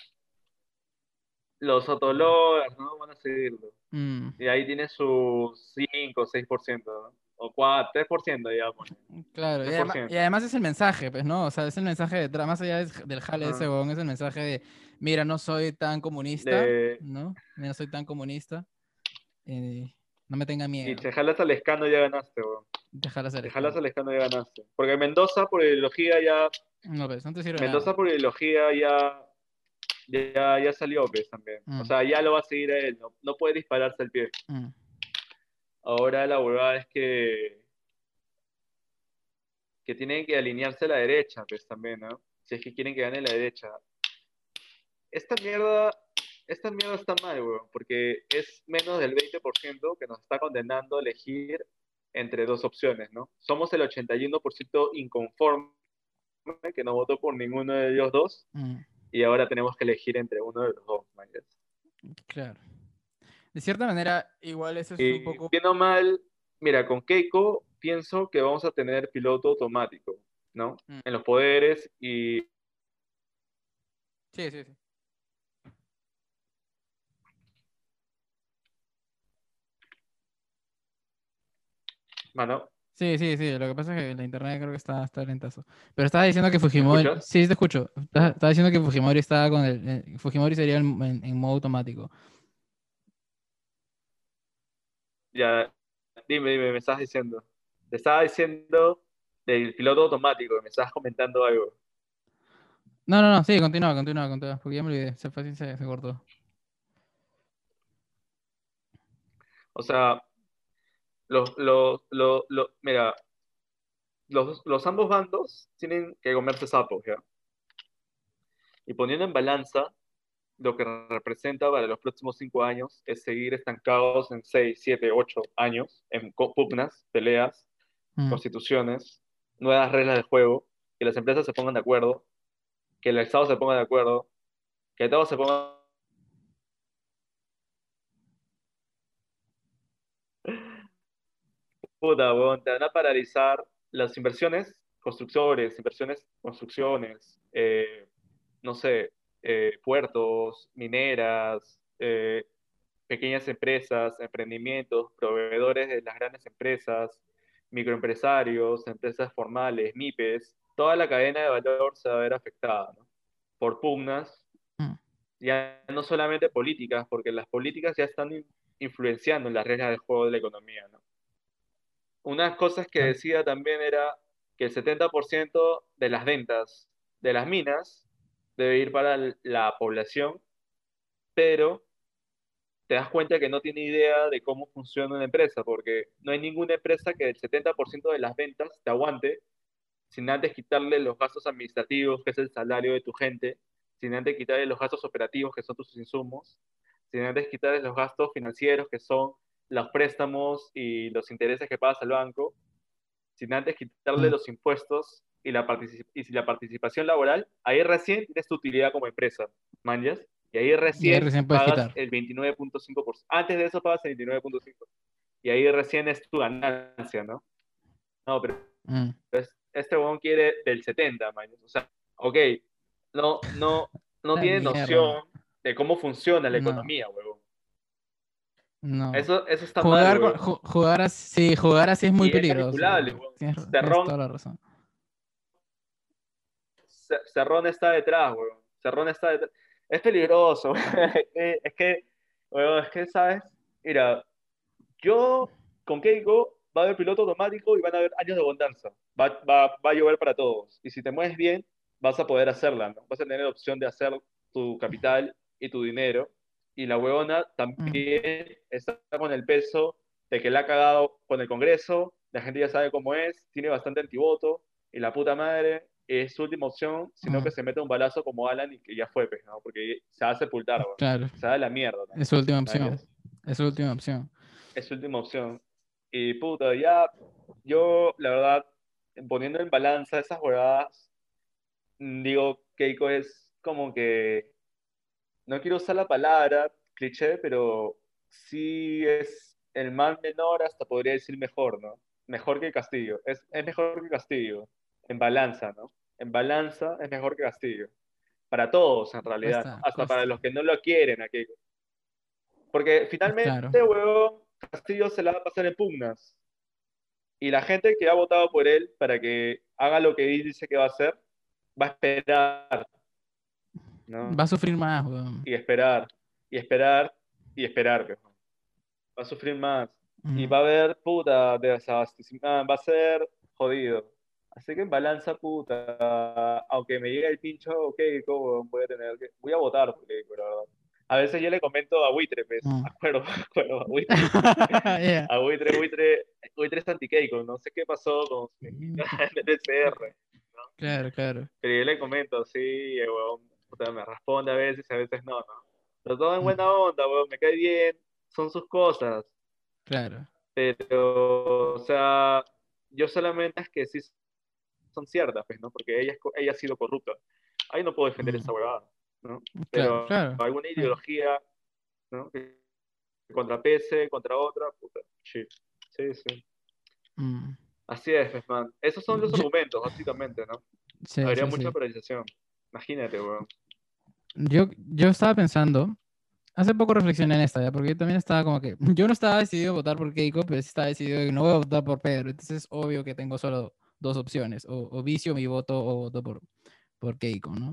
los Sotolovers, ¿no? Van a seguirlo. Mm, Y ahí tiene su cinco o seis por ciento, ¿no? O cuatro, tres por ciento, digamos. claro, y tres por además, y ciento. además es el mensaje, pues, ¿no? O sea, es el mensaje detrás, más allá des- del jale de ese Ajá. huevón, es el mensaje de, mira, no soy tan comunista, De, ¿no? Mira, no soy tan comunista, eh, no me tenga y miedo, te jalas al escano ya ganaste, weón. déjala ser Te jalas escano. al escano ya ganaste. Porque Mendoza por ideología ya, No, pues, no te sirve de nada. Mendoza por ideología ya, ya, ya salió, pues, también. O Mm, sea, ya lo va a seguir a él, no, no puede dispararse al pie. mm, Ahora la huevada es que, que tienen que alinearse a la derecha, pues también, ¿no? Si es que quieren que gane la derecha. Esta mierda, esta mierda está mal, weón, porque es menos del veinte por ciento que nos está condenando a elegir entre dos opciones, ¿no? Somos el ochenta y uno por ciento inconforme que no votó por ninguno de ellos dos mm, y ahora tenemos que elegir entre uno de los dos, man. claro. De cierta manera, igual eso es un Y poco... bien o mal, mira, con Keiko pienso que vamos a tener piloto automático, ¿no? Mm, En los poderes y, sí, sí, sí. mano, Sí, sí, sí, lo que pasa es que la internet creo que está, está lentazo. Pero estaba diciendo que ¿me Fujimori, escuchas? sí, te escucho. Estaba, Ya, estaba diciendo que Fujimori estaba con el, eh, Fujimori sería en, en- en modo automático. ya, dime, dime, me estás diciendo. Te estaba diciendo del piloto automático, me estabas comentando algo. No, no, no, sí, continúa, continúa, continúa, porque ya me olvidé, se fue así, se, se cortó. O sea, los, los, los, los- mira, los, los ambos bandos tienen que comerse sapos, ¿ya? Y poniendo en balanza, lo que representa para los próximos cinco años es seguir estancados en seis, siete, ocho años en co- pugnas, peleas, Mm, constituciones, nuevas reglas de juego, que las empresas se pongan de acuerdo, que el Estado se ponga de acuerdo, que todos se pongan. Puta, weón, te van a paralizar las inversiones, constructores, inversiones, construcciones, eh, no sé, eh, puertos, mineras, eh, pequeñas empresas, emprendimientos, proveedores de las grandes empresas, microempresarios, empresas formales, MIPES, toda la cadena de valor se va a ver afectada, ¿no? Por pugnas, Mm, ya no solamente políticas, porque las políticas ya están in- influenciando en las reglas del juego de la economía, ¿no? Unas cosas que claro. decía también era que el setenta por ciento de las ventas de las minas debe ir para l- la población, pero te das cuenta que no tiene idea de cómo funciona una empresa, porque no hay ninguna empresa que el setenta por ciento de las ventas te aguante sin antes quitarle los gastos administrativos, que es el salario de tu gente, sin antes quitarle los gastos operativos, que son tus insumos, sin antes quitarle los gastos financieros, que son los préstamos y los intereses que pagas al banco, sin antes quitarle Mm. los impuestos y la, particip y si la participación laboral, ahí recién tienes tu utilidad como empresa, ¿manjas? Y ahí Y ahí recién recién puedes pagas quitar. el veintinueve punto cinco por ciento. Antes de eso pagas el veintinueve punto cinco por ciento. Y ahí recién es tu ganancia, ¿no? No, pero Mm. es- este huevón quiere del setenta, manjas. O sea, ok, no, no, no La tiene mierda. noción de cómo funciona la No, economía, huevón. no. Eso, eso está mal, Jugar con, huevón. ju- jugar así, sí, jugar así es muy Y es peligroso, manipulable, weón. huevón. Tienes, tienes Cerrón toda la razón. Ce- Cerrón está detrás, weón. Cerrón está detrás. Es peligroso, weón. Es que, weón, es que, ¿sabes? Mira, yo con Keiko va a haber piloto automático y van a haber años de bonanza. Va, va, va a llover para todos. Y si te mueves bien, vas a poder hacerla, ¿no? Vas a tener la opción de hacer tu capital y tu dinero. Y la huevona Mm, también está con el peso de que la ha cagado con el Congreso, la gente ya sabe cómo es, tiene bastante antivoto, y la puta madre es su última opción, sino que mm, se mete un balazo como Alan y que ya fue, pues, ¿no? Porque se va a sepultar, weón. claro, Se va a la mierda, ¿no? es su última opción. ¿Mañas? Es su última opción. Es su última opción. Y puta, ya, yo, la verdad, poniendo en balanza esas huevadas, mm, digo, Keiko es como que, no quiero usar la palabra cliché, pero sí es el mal menor, hasta podría decir mejor, ¿no? Mejor que Castillo. Es, es mejor que Castillo, en balanza, ¿no? En balanza es mejor que Castillo. Para todos, en realidad, ¿no? Cuesta, Hasta para cuesta. los que no lo quieren a Keiko. Porque Claro, finalmente, huevón, Castillo se la va a pasar en pugnas. Y la gente que ha votado por él para que haga lo que dice que va a hacer, va a esperar, ¿no? va a sufrir más, weón. Y esperar, y esperar, y esperar, pues, ¿no? Va a sufrir más. Y Mm, va a haber, puta, desabastecimiento, va a ser jodido. Así que en balanza, puta, aunque me llegue el pincho, ok, ¿cómo voy a tener que, voy a votar, porque, la verdad. A veces yo le comento a Buitre, pues, mm. acuerdo, acuerdo, a Buitre, Yeah. a Buitre, Buitre, Buitre es anti-Keiko, no sé qué pasó con su Mm, en el D C R, ¿no? claro, claro. Pero yo le comento, sí, el huevón, puta, me responde a veces, a veces no, ¿no? Pero todo en Mm, buena onda, huevón, me cae bien, son sus cosas, claro. pero, o sea, yo solamente es que sí son ciertas, pues, ¿no? Porque ella, es co- ella ha sido corrupta. Ahí no puedo defender esa Mm, huevada, ¿no? claro, Pero claro. alguna Claro. ideología, ¿no? Que contrapese contra otra, puta, shit. Sí, sí. Mm. Así es, pues, man. Esos son los Yo- argumentos, básicamente, ¿no? sí, Habría sí, mucha sí. polarización. Imagínate, weón. Yo, yo estaba pensando, hace poco reflexioné en esta, ¿ya? Porque yo también estaba como que, yo no estaba decidido a votar por Keiko, pero sí estaba decidido que no voy a votar por Pedro. Entonces es obvio que tengo solo dos opciones, o, o vicio mi voto o voto por, por Keiko, ¿no?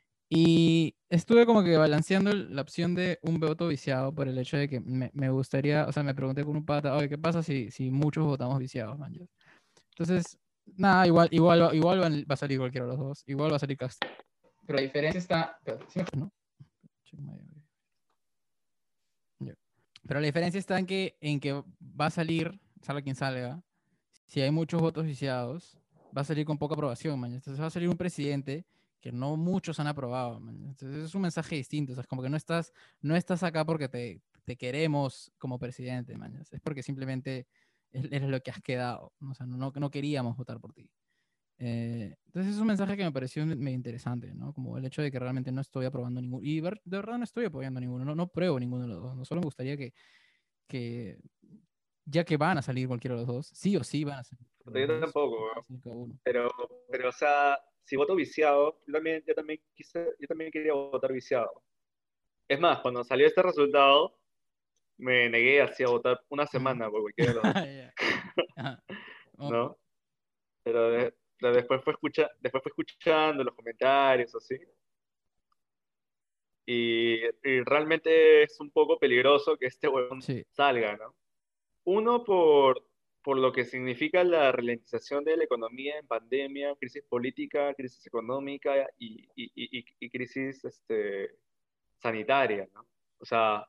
Y estuve como que balanceando el- la opción de un voto viciado por el hecho de que me, me gustaría, o sea, me pregunté con un pata, oye, ¿qué pasa si, si muchos votamos viciados, man? Ya. Entonces, nada, igual, igual, va- igual van- va a salir cualquiera de los dos, igual va a salir Castro. Pero la diferencia está, espérate, ¿sí me escuchas, no? Check my audio. Ya. Pero la diferencia está en que, en que va a salir, salga quien salga, si hay muchos votos viciados, va a salir con poca aprobación, man. Entonces va a salir un presidente que no muchos han aprobado, man. Entonces es un mensaje distinto, o sea, es como que no estás, no estás acá porque te, te queremos como presidente, man. Es porque simplemente es- eres lo que has quedado, ¿no? O sea, no, no queríamos votar por ti. Eh, entonces es un mensaje que me pareció medio interesante, ¿no? Como el hecho de que realmente no estoy aprobando ninguno, y ver- de verdad no estoy apoyando ninguno, no, no pruebo ninguno de los dos, no solo me gustaría que, que, ya que van a salir cualquiera de los dos, sí o sí van a salir Puta, los yo dos, tampoco, van a weón. salir cada uno. Pero, pero, o sea, si voto viciado, yo también, yo también quise, yo también quería votar viciado. Es más, cuando salió este resultado, me negué así a votar una Mm. semana por cualquiera de los dos, Ya. Ajá. Oh, ¿no? Pero, de- pero después fue escucha, después fue escuchando los comentarios, así, y, y realmente es un poco peligroso que este huevón sí. salga, ¿no? Uno, por, por lo que significa la ralentización de la economía en pandemia, crisis política, crisis económica y, y, y, y- y crisis este, sanitaria, ¿no? O sea,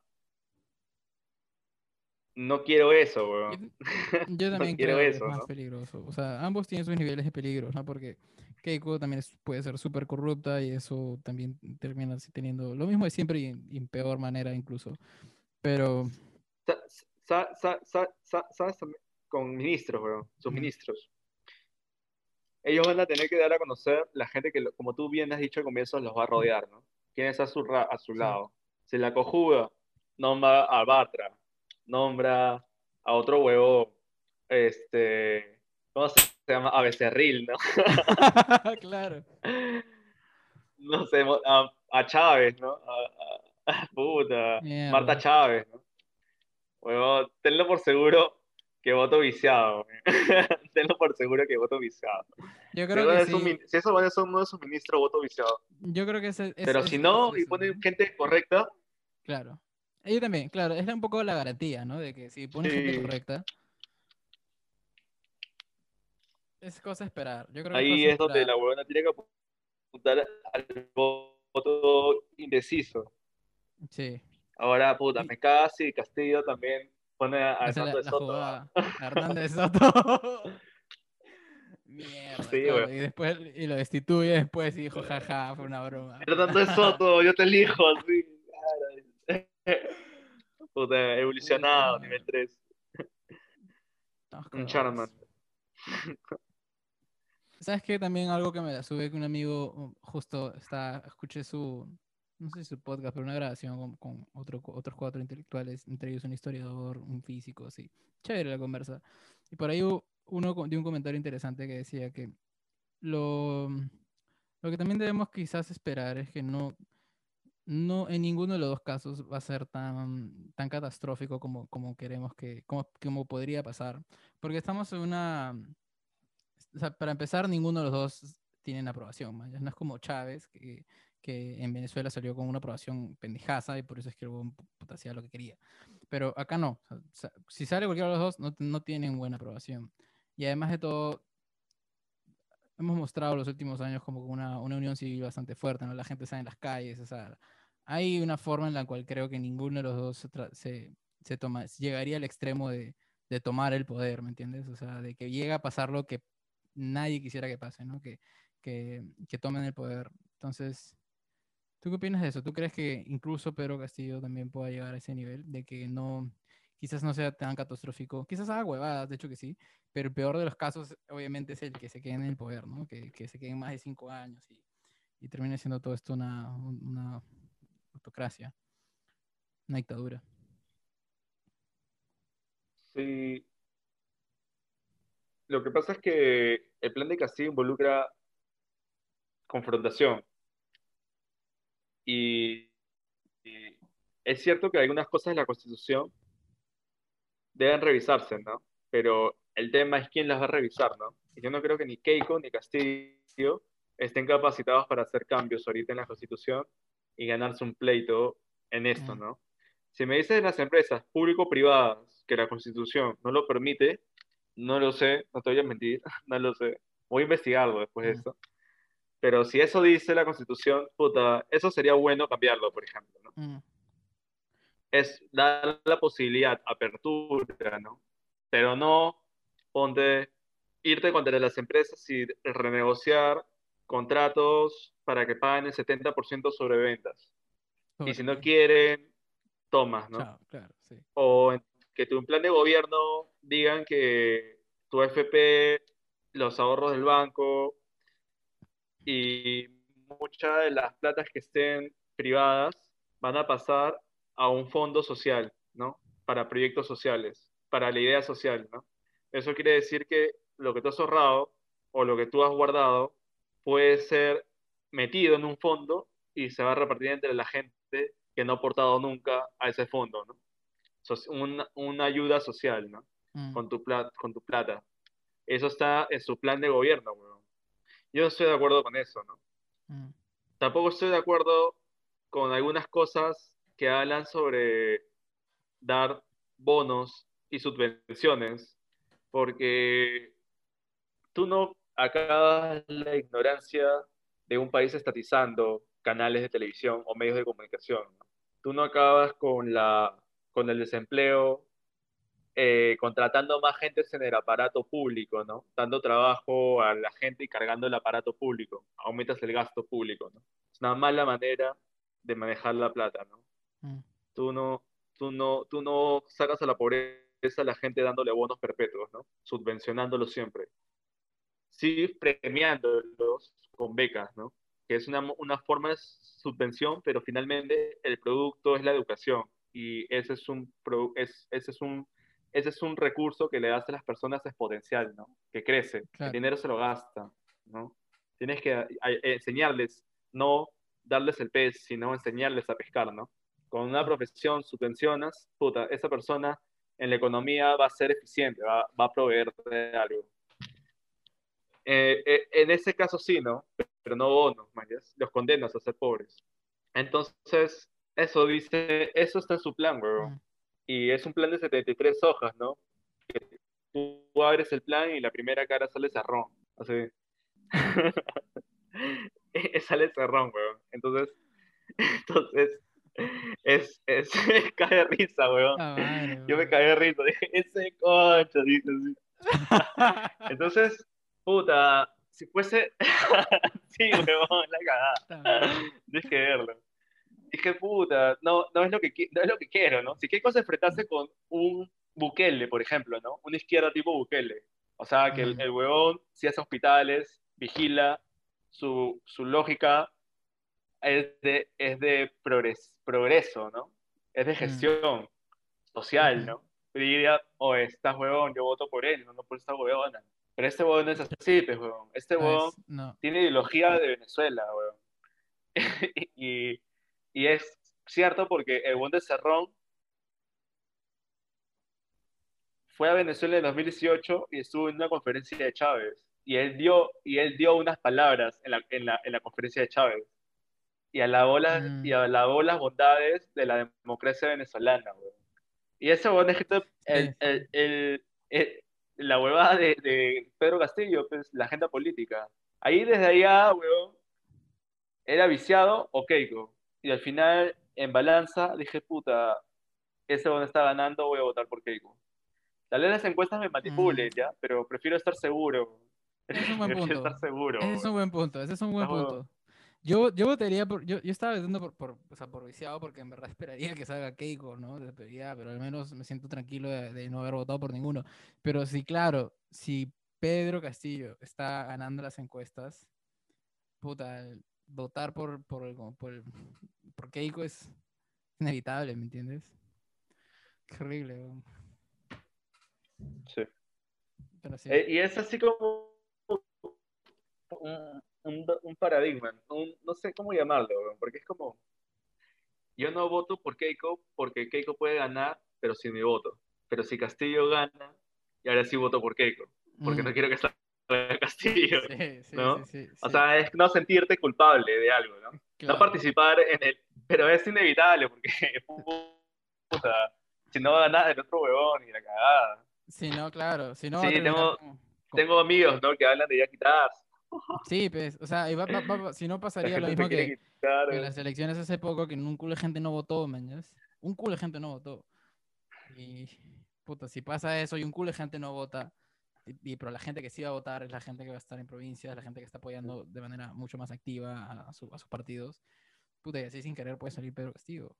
no quiero eso, Yo, weón. yo No también quiero creo que es eso, más ¿no? peligroso. O sea, ambos tienen sus niveles de peligro, ¿no? Porque Keiko también es- puede ser súper corrupta y eso también termina así teniendo lo mismo de siempre y en, y en peor manera incluso. Pero, Sa- sa- sa- sa- sa- ¿Sabes también? Con ministros, weón, sus mm, ministros. Ellos van a tener que dar a conocer la gente que, lo- como tú bien has dicho al comienzo, los va a mm, rodear, ¿no? ¿Quién está a su, ra- a su sí. lado? Si la cojuda nombra a Batra, nombra a otro huevo, este, ¿cómo se llama? A Becerril, ¿no? Claro. No sé, mo- a, a Chávez, ¿no? A, a- a- puta, Marta Mierda. Chávez, ¿no? Huevo, tenlo por seguro que voto viciado. Tenlo por seguro que voto viciado. Yo Si creo eso que es un, sí. min- si eso van a ser uno de sus ministros, voto viciado. Yo creo que ese, es, Pero es, si es no, y eso, ponen ¿no? gente correcta, Claro. Yo también, claro, es un poco la garantía, ¿no? De que si ponen gente sí, correcta, es cosa de esperar. Yo creo que es ahí cosa de es donde esperar. la huevona tiene que apuntar al voto indeciso. Sí. Ahora, puta, Y me caga si Castillo también pone a hace Hernando la, de la Soto. jugada. ¿Ah? Hernández Soto. Mierda, Sí, claro. weón. Y después, y lo destituye después y dijo, jaja, fue una broma. Hernando de Soto, yo te elijo, sí. Claro. Puta, Puta evolucionado, nivel madre. tres. Estamos Un cagados. Charmander. ¿Sabes qué? También algo que me la sube que un amigo um, justo está, escuché su, no sé si su podcast, pero una grabación con, con otro, otros cuatro intelectuales, entre ellos un historiador, un físico, así. Chévere la conversa. Y por ahí hu- uno con- dio un comentario interesante que decía que lo, lo que también debemos quizás esperar es que no, no en ninguno de los dos casos va a ser tan, tan catastrófico como, como queremos que, como, como podría pasar. Porque estamos en una o sea, para empezar, ninguno de los dos tienen aprobación, man, ya. No es como Chávez, que, que en Venezuela salió con una aprobación pendejaza y por eso es que el huevón pu- puta, hacía lo que quería. Pero acá no. O sea, si sale cualquiera de los dos, no, no tienen buena aprobación. Y además de todo, hemos mostrado los últimos años como una, una unión civil bastante fuerte, ¿no? La gente sale en las calles, o sea, hay una forma en la cual creo que ninguno de los dos se, tra- se, se toma, llegaría al extremo de, de tomar el poder, ¿me entiendes? O sea, de que llega a pasar lo que nadie quisiera que pase, ¿no? Que, que, que tomen el poder. Entonces, ¿tú qué opinas de eso? ¿Tú crees que incluso Pedro Castillo también pueda llegar a ese nivel? De que no, quizás no sea tan catastrófico, quizás haga huevadas, de hecho que sí, pero el peor de los casos obviamente es el que se quede en el poder, ¿no? Que, que se queden más de cinco años y, y termine siendo todo esto una, un- una autocracia, una dictadura. Sí, lo que pasa es que el plan de Castillo involucra confrontación. Y, y es cierto que algunas cosas de la Constitución deben revisarse, ¿no? Pero el tema es quién las va a revisar, ¿no? Y yo no creo que ni Keiko ni Castillo estén capacitados para hacer cambios ahorita en la Constitución y ganarse un pleito en esto, Mm, ¿no? Si me dices de las empresas público-privadas que la Constitución no lo permite, no lo sé, no te voy a mentir, no lo sé. Voy a investigarlo después de mm, esto. Pero si eso dice la Constitución, puta, eso sería bueno cambiarlo, por ejemplo, ¿no? mm, Es dar la posibilidad, apertura, ¿no? Pero no ponte, irte contra las empresas y renegociar contratos para que paguen el setenta por ciento sobre ventas. Y si no Sobre, quieren, tomas, ¿no? chao, claro, sí. O en- que tu plan de gobierno digan que tu F P, los ahorros del banco y muchas de las platas que estén privadas van a pasar a un fondo social, ¿no? Para proyectos sociales, para la idea social, ¿no? Eso quiere decir que lo que tú has ahorrado o lo que tú has guardado puede ser metido en un fondo y se va a repartir entre la gente que no ha aportado nunca a ese fondo, ¿no? So- una, una ayuda social, ¿no? Mm, Con tu, plat, con tu plata. Eso está en su plan de gobierno, weón. Yo no estoy de acuerdo con eso, ¿no? mm, Tampoco estoy de acuerdo con algunas cosas que hablan sobre dar bonos y subvenciones, porque tú no acabas la ignorancia de un país estatizando canales de televisión o medios de comunicación, ¿no? Tú no acabas con la, con el desempleo, eh, contratando más gente en el aparato público, ¿no? Dando trabajo a la gente y cargando el aparato público. Aumentas el gasto público, ¿no? Es una mala manera de manejar la plata, ¿no? mm, Tú no, tú no, tú no sacas a la pobreza a la gente dándole bonos perpetuos, ¿no? Subvencionándolos siempre. Sí premiándolos con becas, ¿no? Que es una, una forma de subvención, pero finalmente el producto es la educación y ese es un, pro- es, ese es un, ese es un recurso que le das a las personas exponencial, ¿no? Que crece, el claro, dinero se lo gasta, ¿no? Tienes que a- a- enseñarles, no darles el pez, sino enseñarles a pescar, ¿no? Con una profesión subvencionas, puta, esa persona en la economía va a ser eficiente, va, va a proveer de algo. Eh, eh, en ese caso sí, ¿no? Pero no bonos, mayas. Los condenas a ser pobres. Entonces, eso dice, eso está en su plan, weón. mm. Y es un plan de setenta y tres hojas, ¿no? Tú abres el plan y la primera cara sale cerrón. Así. Sale cerrón, weón. Entonces, entonces, es, es, cae de risa, weón. La madre, Yo me weón. caí de risa, dije, ese concha, dice así. Entonces, puta, si fuese. Sí, huevón, la cagada. La madre. Tienes que verlo. Dije, puta, no, no es lo que, qui- no es lo que quiero, ¿no? Si qué cosa enfrentarse con un Bukele, por ejemplo, ¿no? Una izquierda tipo Bukele. O sea, que el, Mm, el huevón sí hace hospitales, vigila, su, su lógica es de, es de progres- progreso, ¿no? Es de mm, gestión social, ujú. ¿no? Yo diría, oh, estás huevón, yo voto por él, no, no por esta huevona. Pero este huevón no es así, pues, huevón. Este No huevón es, no. tiene ideología de Venezuela, huevón. y, y es cierto porque el huevón de Cerrón fue a Venezuela en dos mil dieciocho y estuvo en una conferencia de Chávez. Y él dio, y él dio unas palabras en la, en la, en la conferencia de Chávez. Y alabó, las, y Mm, alabó las bondades de la democracia venezolana, huevón. Y ese huevón es que sí, el, sí. el, el, el- la huevada de, de Pedro Castillo, pues, la agenda política. Ahí desde allá, huevón, era viciado o Keiko. Y al final, en balanza, dije, puta, ese huevón está ganando, voy a votar por Keiko. Tal vez las encuestas me Mm, manipulen, ¿ya? Pero prefiero estar seguro. es un buen Prefiero punto. estar seguro, Ese es un huevón. buen punto. Ese es un buen Estás, huevón. punto. Yo, yo votaría por. Yo, yo estaba votando por, por, o sea, por viciado porque en verdad esperaría que salga Keiko, ¿no? Esperaría, pero al menos me siento tranquilo de, de no haber votado por ninguno. Pero sí, claro, si Pedro Castillo está ganando las encuestas, puta, el- votar por, por, el- como por, el- por Keiko es inevitable, ¿me entiendes? Qué horrible, weón. Sí. Pero sí. Eh, y es así como un, un, un paradigma, un- no sé cómo llamarlo, weón, porque es como, yo no voto por Keiko porque Keiko puede ganar, pero sin mi voto. Pero si Castillo gana, y ahora sí voto por Keiko, porque no Mm, quiero que salga Castillo, sí, sí, sí, ¿no? sí, O sí. sea, es no sentirte culpable de algo, ¿no? No Claro. participar en el... Pero es inevitable, porque puta, si no va a ganar el otro huevón y la cagada. Si no, claro. Si no, va a Sí, terminar tengo, como. tengo amigos, ¿no? Que hablan de ya quitarse. Sí, pues, o sea, y va- va- va- si no La pasaría lo gente se mismo quiere que, quitar. que en las elecciones hace poco, que un culo de gente no votó, mañas. Un culo de gente no votó. Y, puta, si pasa eso y un culo de gente no vota, y, y- pero la gente que sí va a votar es la gente que va a estar en provincias, la gente que está apoyando de manera mucho más activa a, a su- a sus partidos, puta, y así sin querer puede salir Pedro Castillo.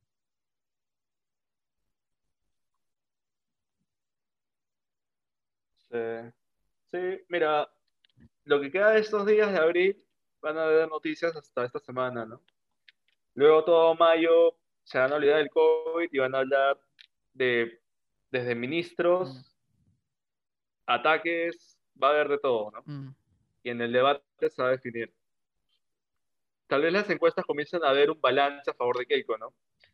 Sí. Sí, mira, lo que queda de estos días de abril van a haber noticias hasta esta semana, ¿no? Luego todo mayo se van a olvidar del COVID y van a hablar de desde Mm, ministros, ataques, va a haber de todo, ¿no? mm. y en el debate se va a definir. Tal vez las encuestas comiencen a ver un balance a favor de Keiko, ¿no?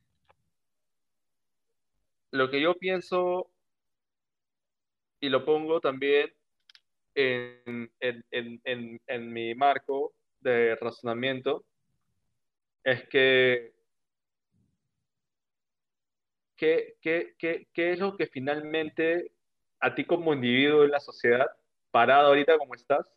Lo que yo pienso, y lo pongo también en, en, en, en, en mi marco de razonamiento, es que ¿qué, qué, qué, qué es lo que finalmente a ti como individuo en la sociedad, parado ahorita como estás,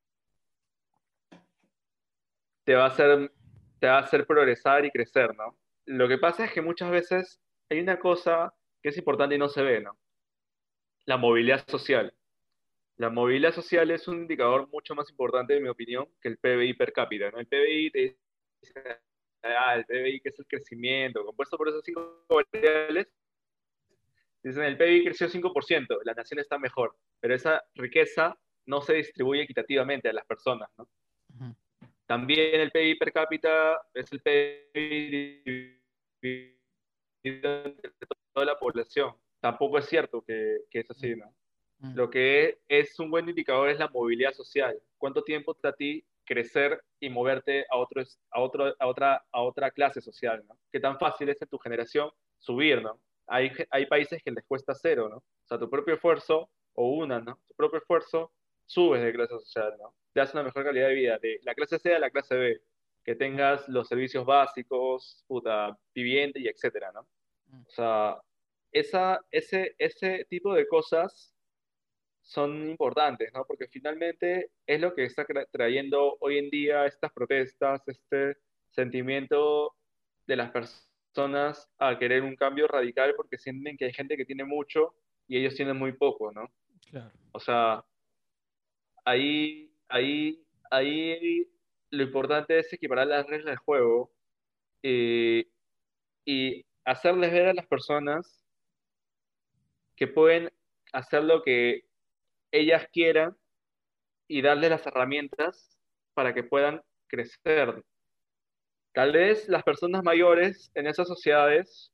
te va a hacer, te va a hacer progresar y crecer, ¿no? Lo que pasa es que muchas veces hay una cosa que es importante y no se ve, ¿no? La movilidad social. La movilidad social es un indicador mucho más importante, en mi opinión, que el P B I per cápita, ¿no? El P B I te dice, ah, el P B I que es el crecimiento, compuesto por esos cinco variables. Dicen, el P B I creció cinco por ciento, la nación está mejor, pero esa riqueza no se distribuye equitativamente a las personas, ¿no? Ujú. También el P B I per cápita es el P B I dividido entre toda la población. Tampoco es cierto que, que es así, ¿no? Mm, Lo que es un buen indicador es la movilidad social. ¿Cuánto tiempo te da a ti crecer y moverte a, otro, a, otro, a, otra, a otra clase social, ¿no? ¿Qué tan fácil es en tu generación subir, ¿no? Hay, hay países que les cuesta cero, ¿no? O sea, tu propio esfuerzo, o una, ¿no? Tu propio esfuerzo, subes de clase social, ¿no? Te das una mejor calidad de vida, de la clase C a la clase B, que tengas los servicios básicos, puta, vivienda y etcétera, ¿no? mm, O sea, esa, ese, ese tipo de cosas son importantes, ¿no? Porque finalmente es lo que está cra- trayendo hoy en día estas protestas, este sentimiento de las personas a querer un cambio radical porque sienten que hay gente que tiene mucho y ellos tienen muy poco, ¿no? claro. O sea, ahí, ahí, ahí lo importante es equiparar las reglas del juego eh, y hacerles ver a las personas que pueden hacer lo que ellas quieran y darles las herramientas para que puedan crecer. Tal vez las personas mayores en esas sociedades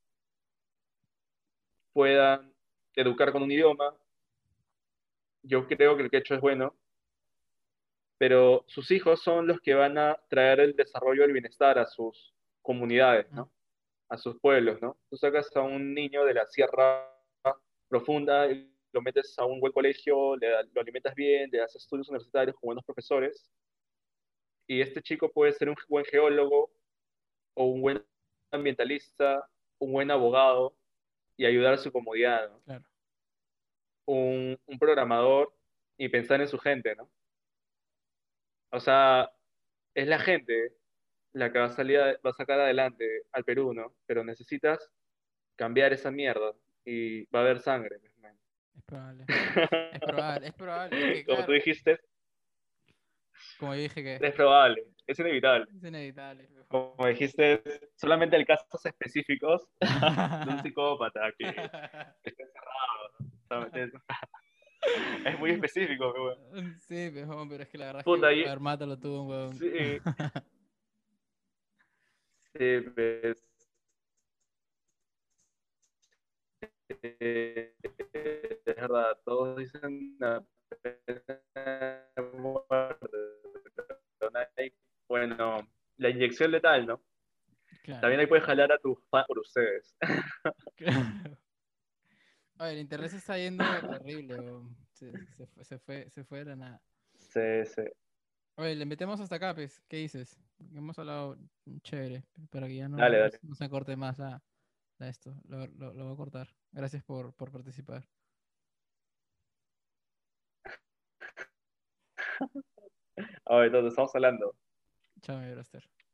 puedan educar con un idioma. Yo creo que el quechua es bueno, pero sus hijos son los que van a traer el desarrollo y el bienestar a sus comunidades, Mm, ¿no? A sus pueblos, ¿no? Tú sacas a un niño de la sierra profunda y lo metes a un buen colegio, le, lo alimentas bien, le das estudios universitarios con buenos profesores, y este chico puede ser un buen geólogo, o un buen ambientalista, un buen abogado y ayudar a su comunidad, ¿no? claro. Un, un programador y pensar en su gente, ¿no? O sea, es la gente la que va a salir, a- va a sacar adelante al Perú, ¿no? Pero necesitas cambiar esa mierda y va a haber sangre, pues, man. Es probable. Es probable, es probable. Es que, Como tú claro, dijiste, como yo dije que es probable, es inevitable. es inevitable. Como dijiste, solamente hay casos específicos de un psicópata que está encerrado, ¿no? Es muy específico, pero bueno. Sí, pero, pero es que la verdad es que, Puta, a y- ver, mátalo tú, weón. sí, sí, pues, eh, es verdad, todos dicen la pena de muerte, pero nadie- bueno, la inyección letal, ¿no? Claro, También ahí puedes jalar a tus fans por ustedes. claro. Oye, el internet se está yendo horrible, weón. Se, se fue, se fue, se fue de la nada. Sí, sí. Oye, le metemos hasta acá, pues. ¿Qué dices? Hemos hablado chévere, para que ya no, Dale, no, dale. no se corte más la, la esto. Lo, lo, lo voy a cortar. Gracias por, por participar. A ver, entonces estamos hablando. Chao, mi broster.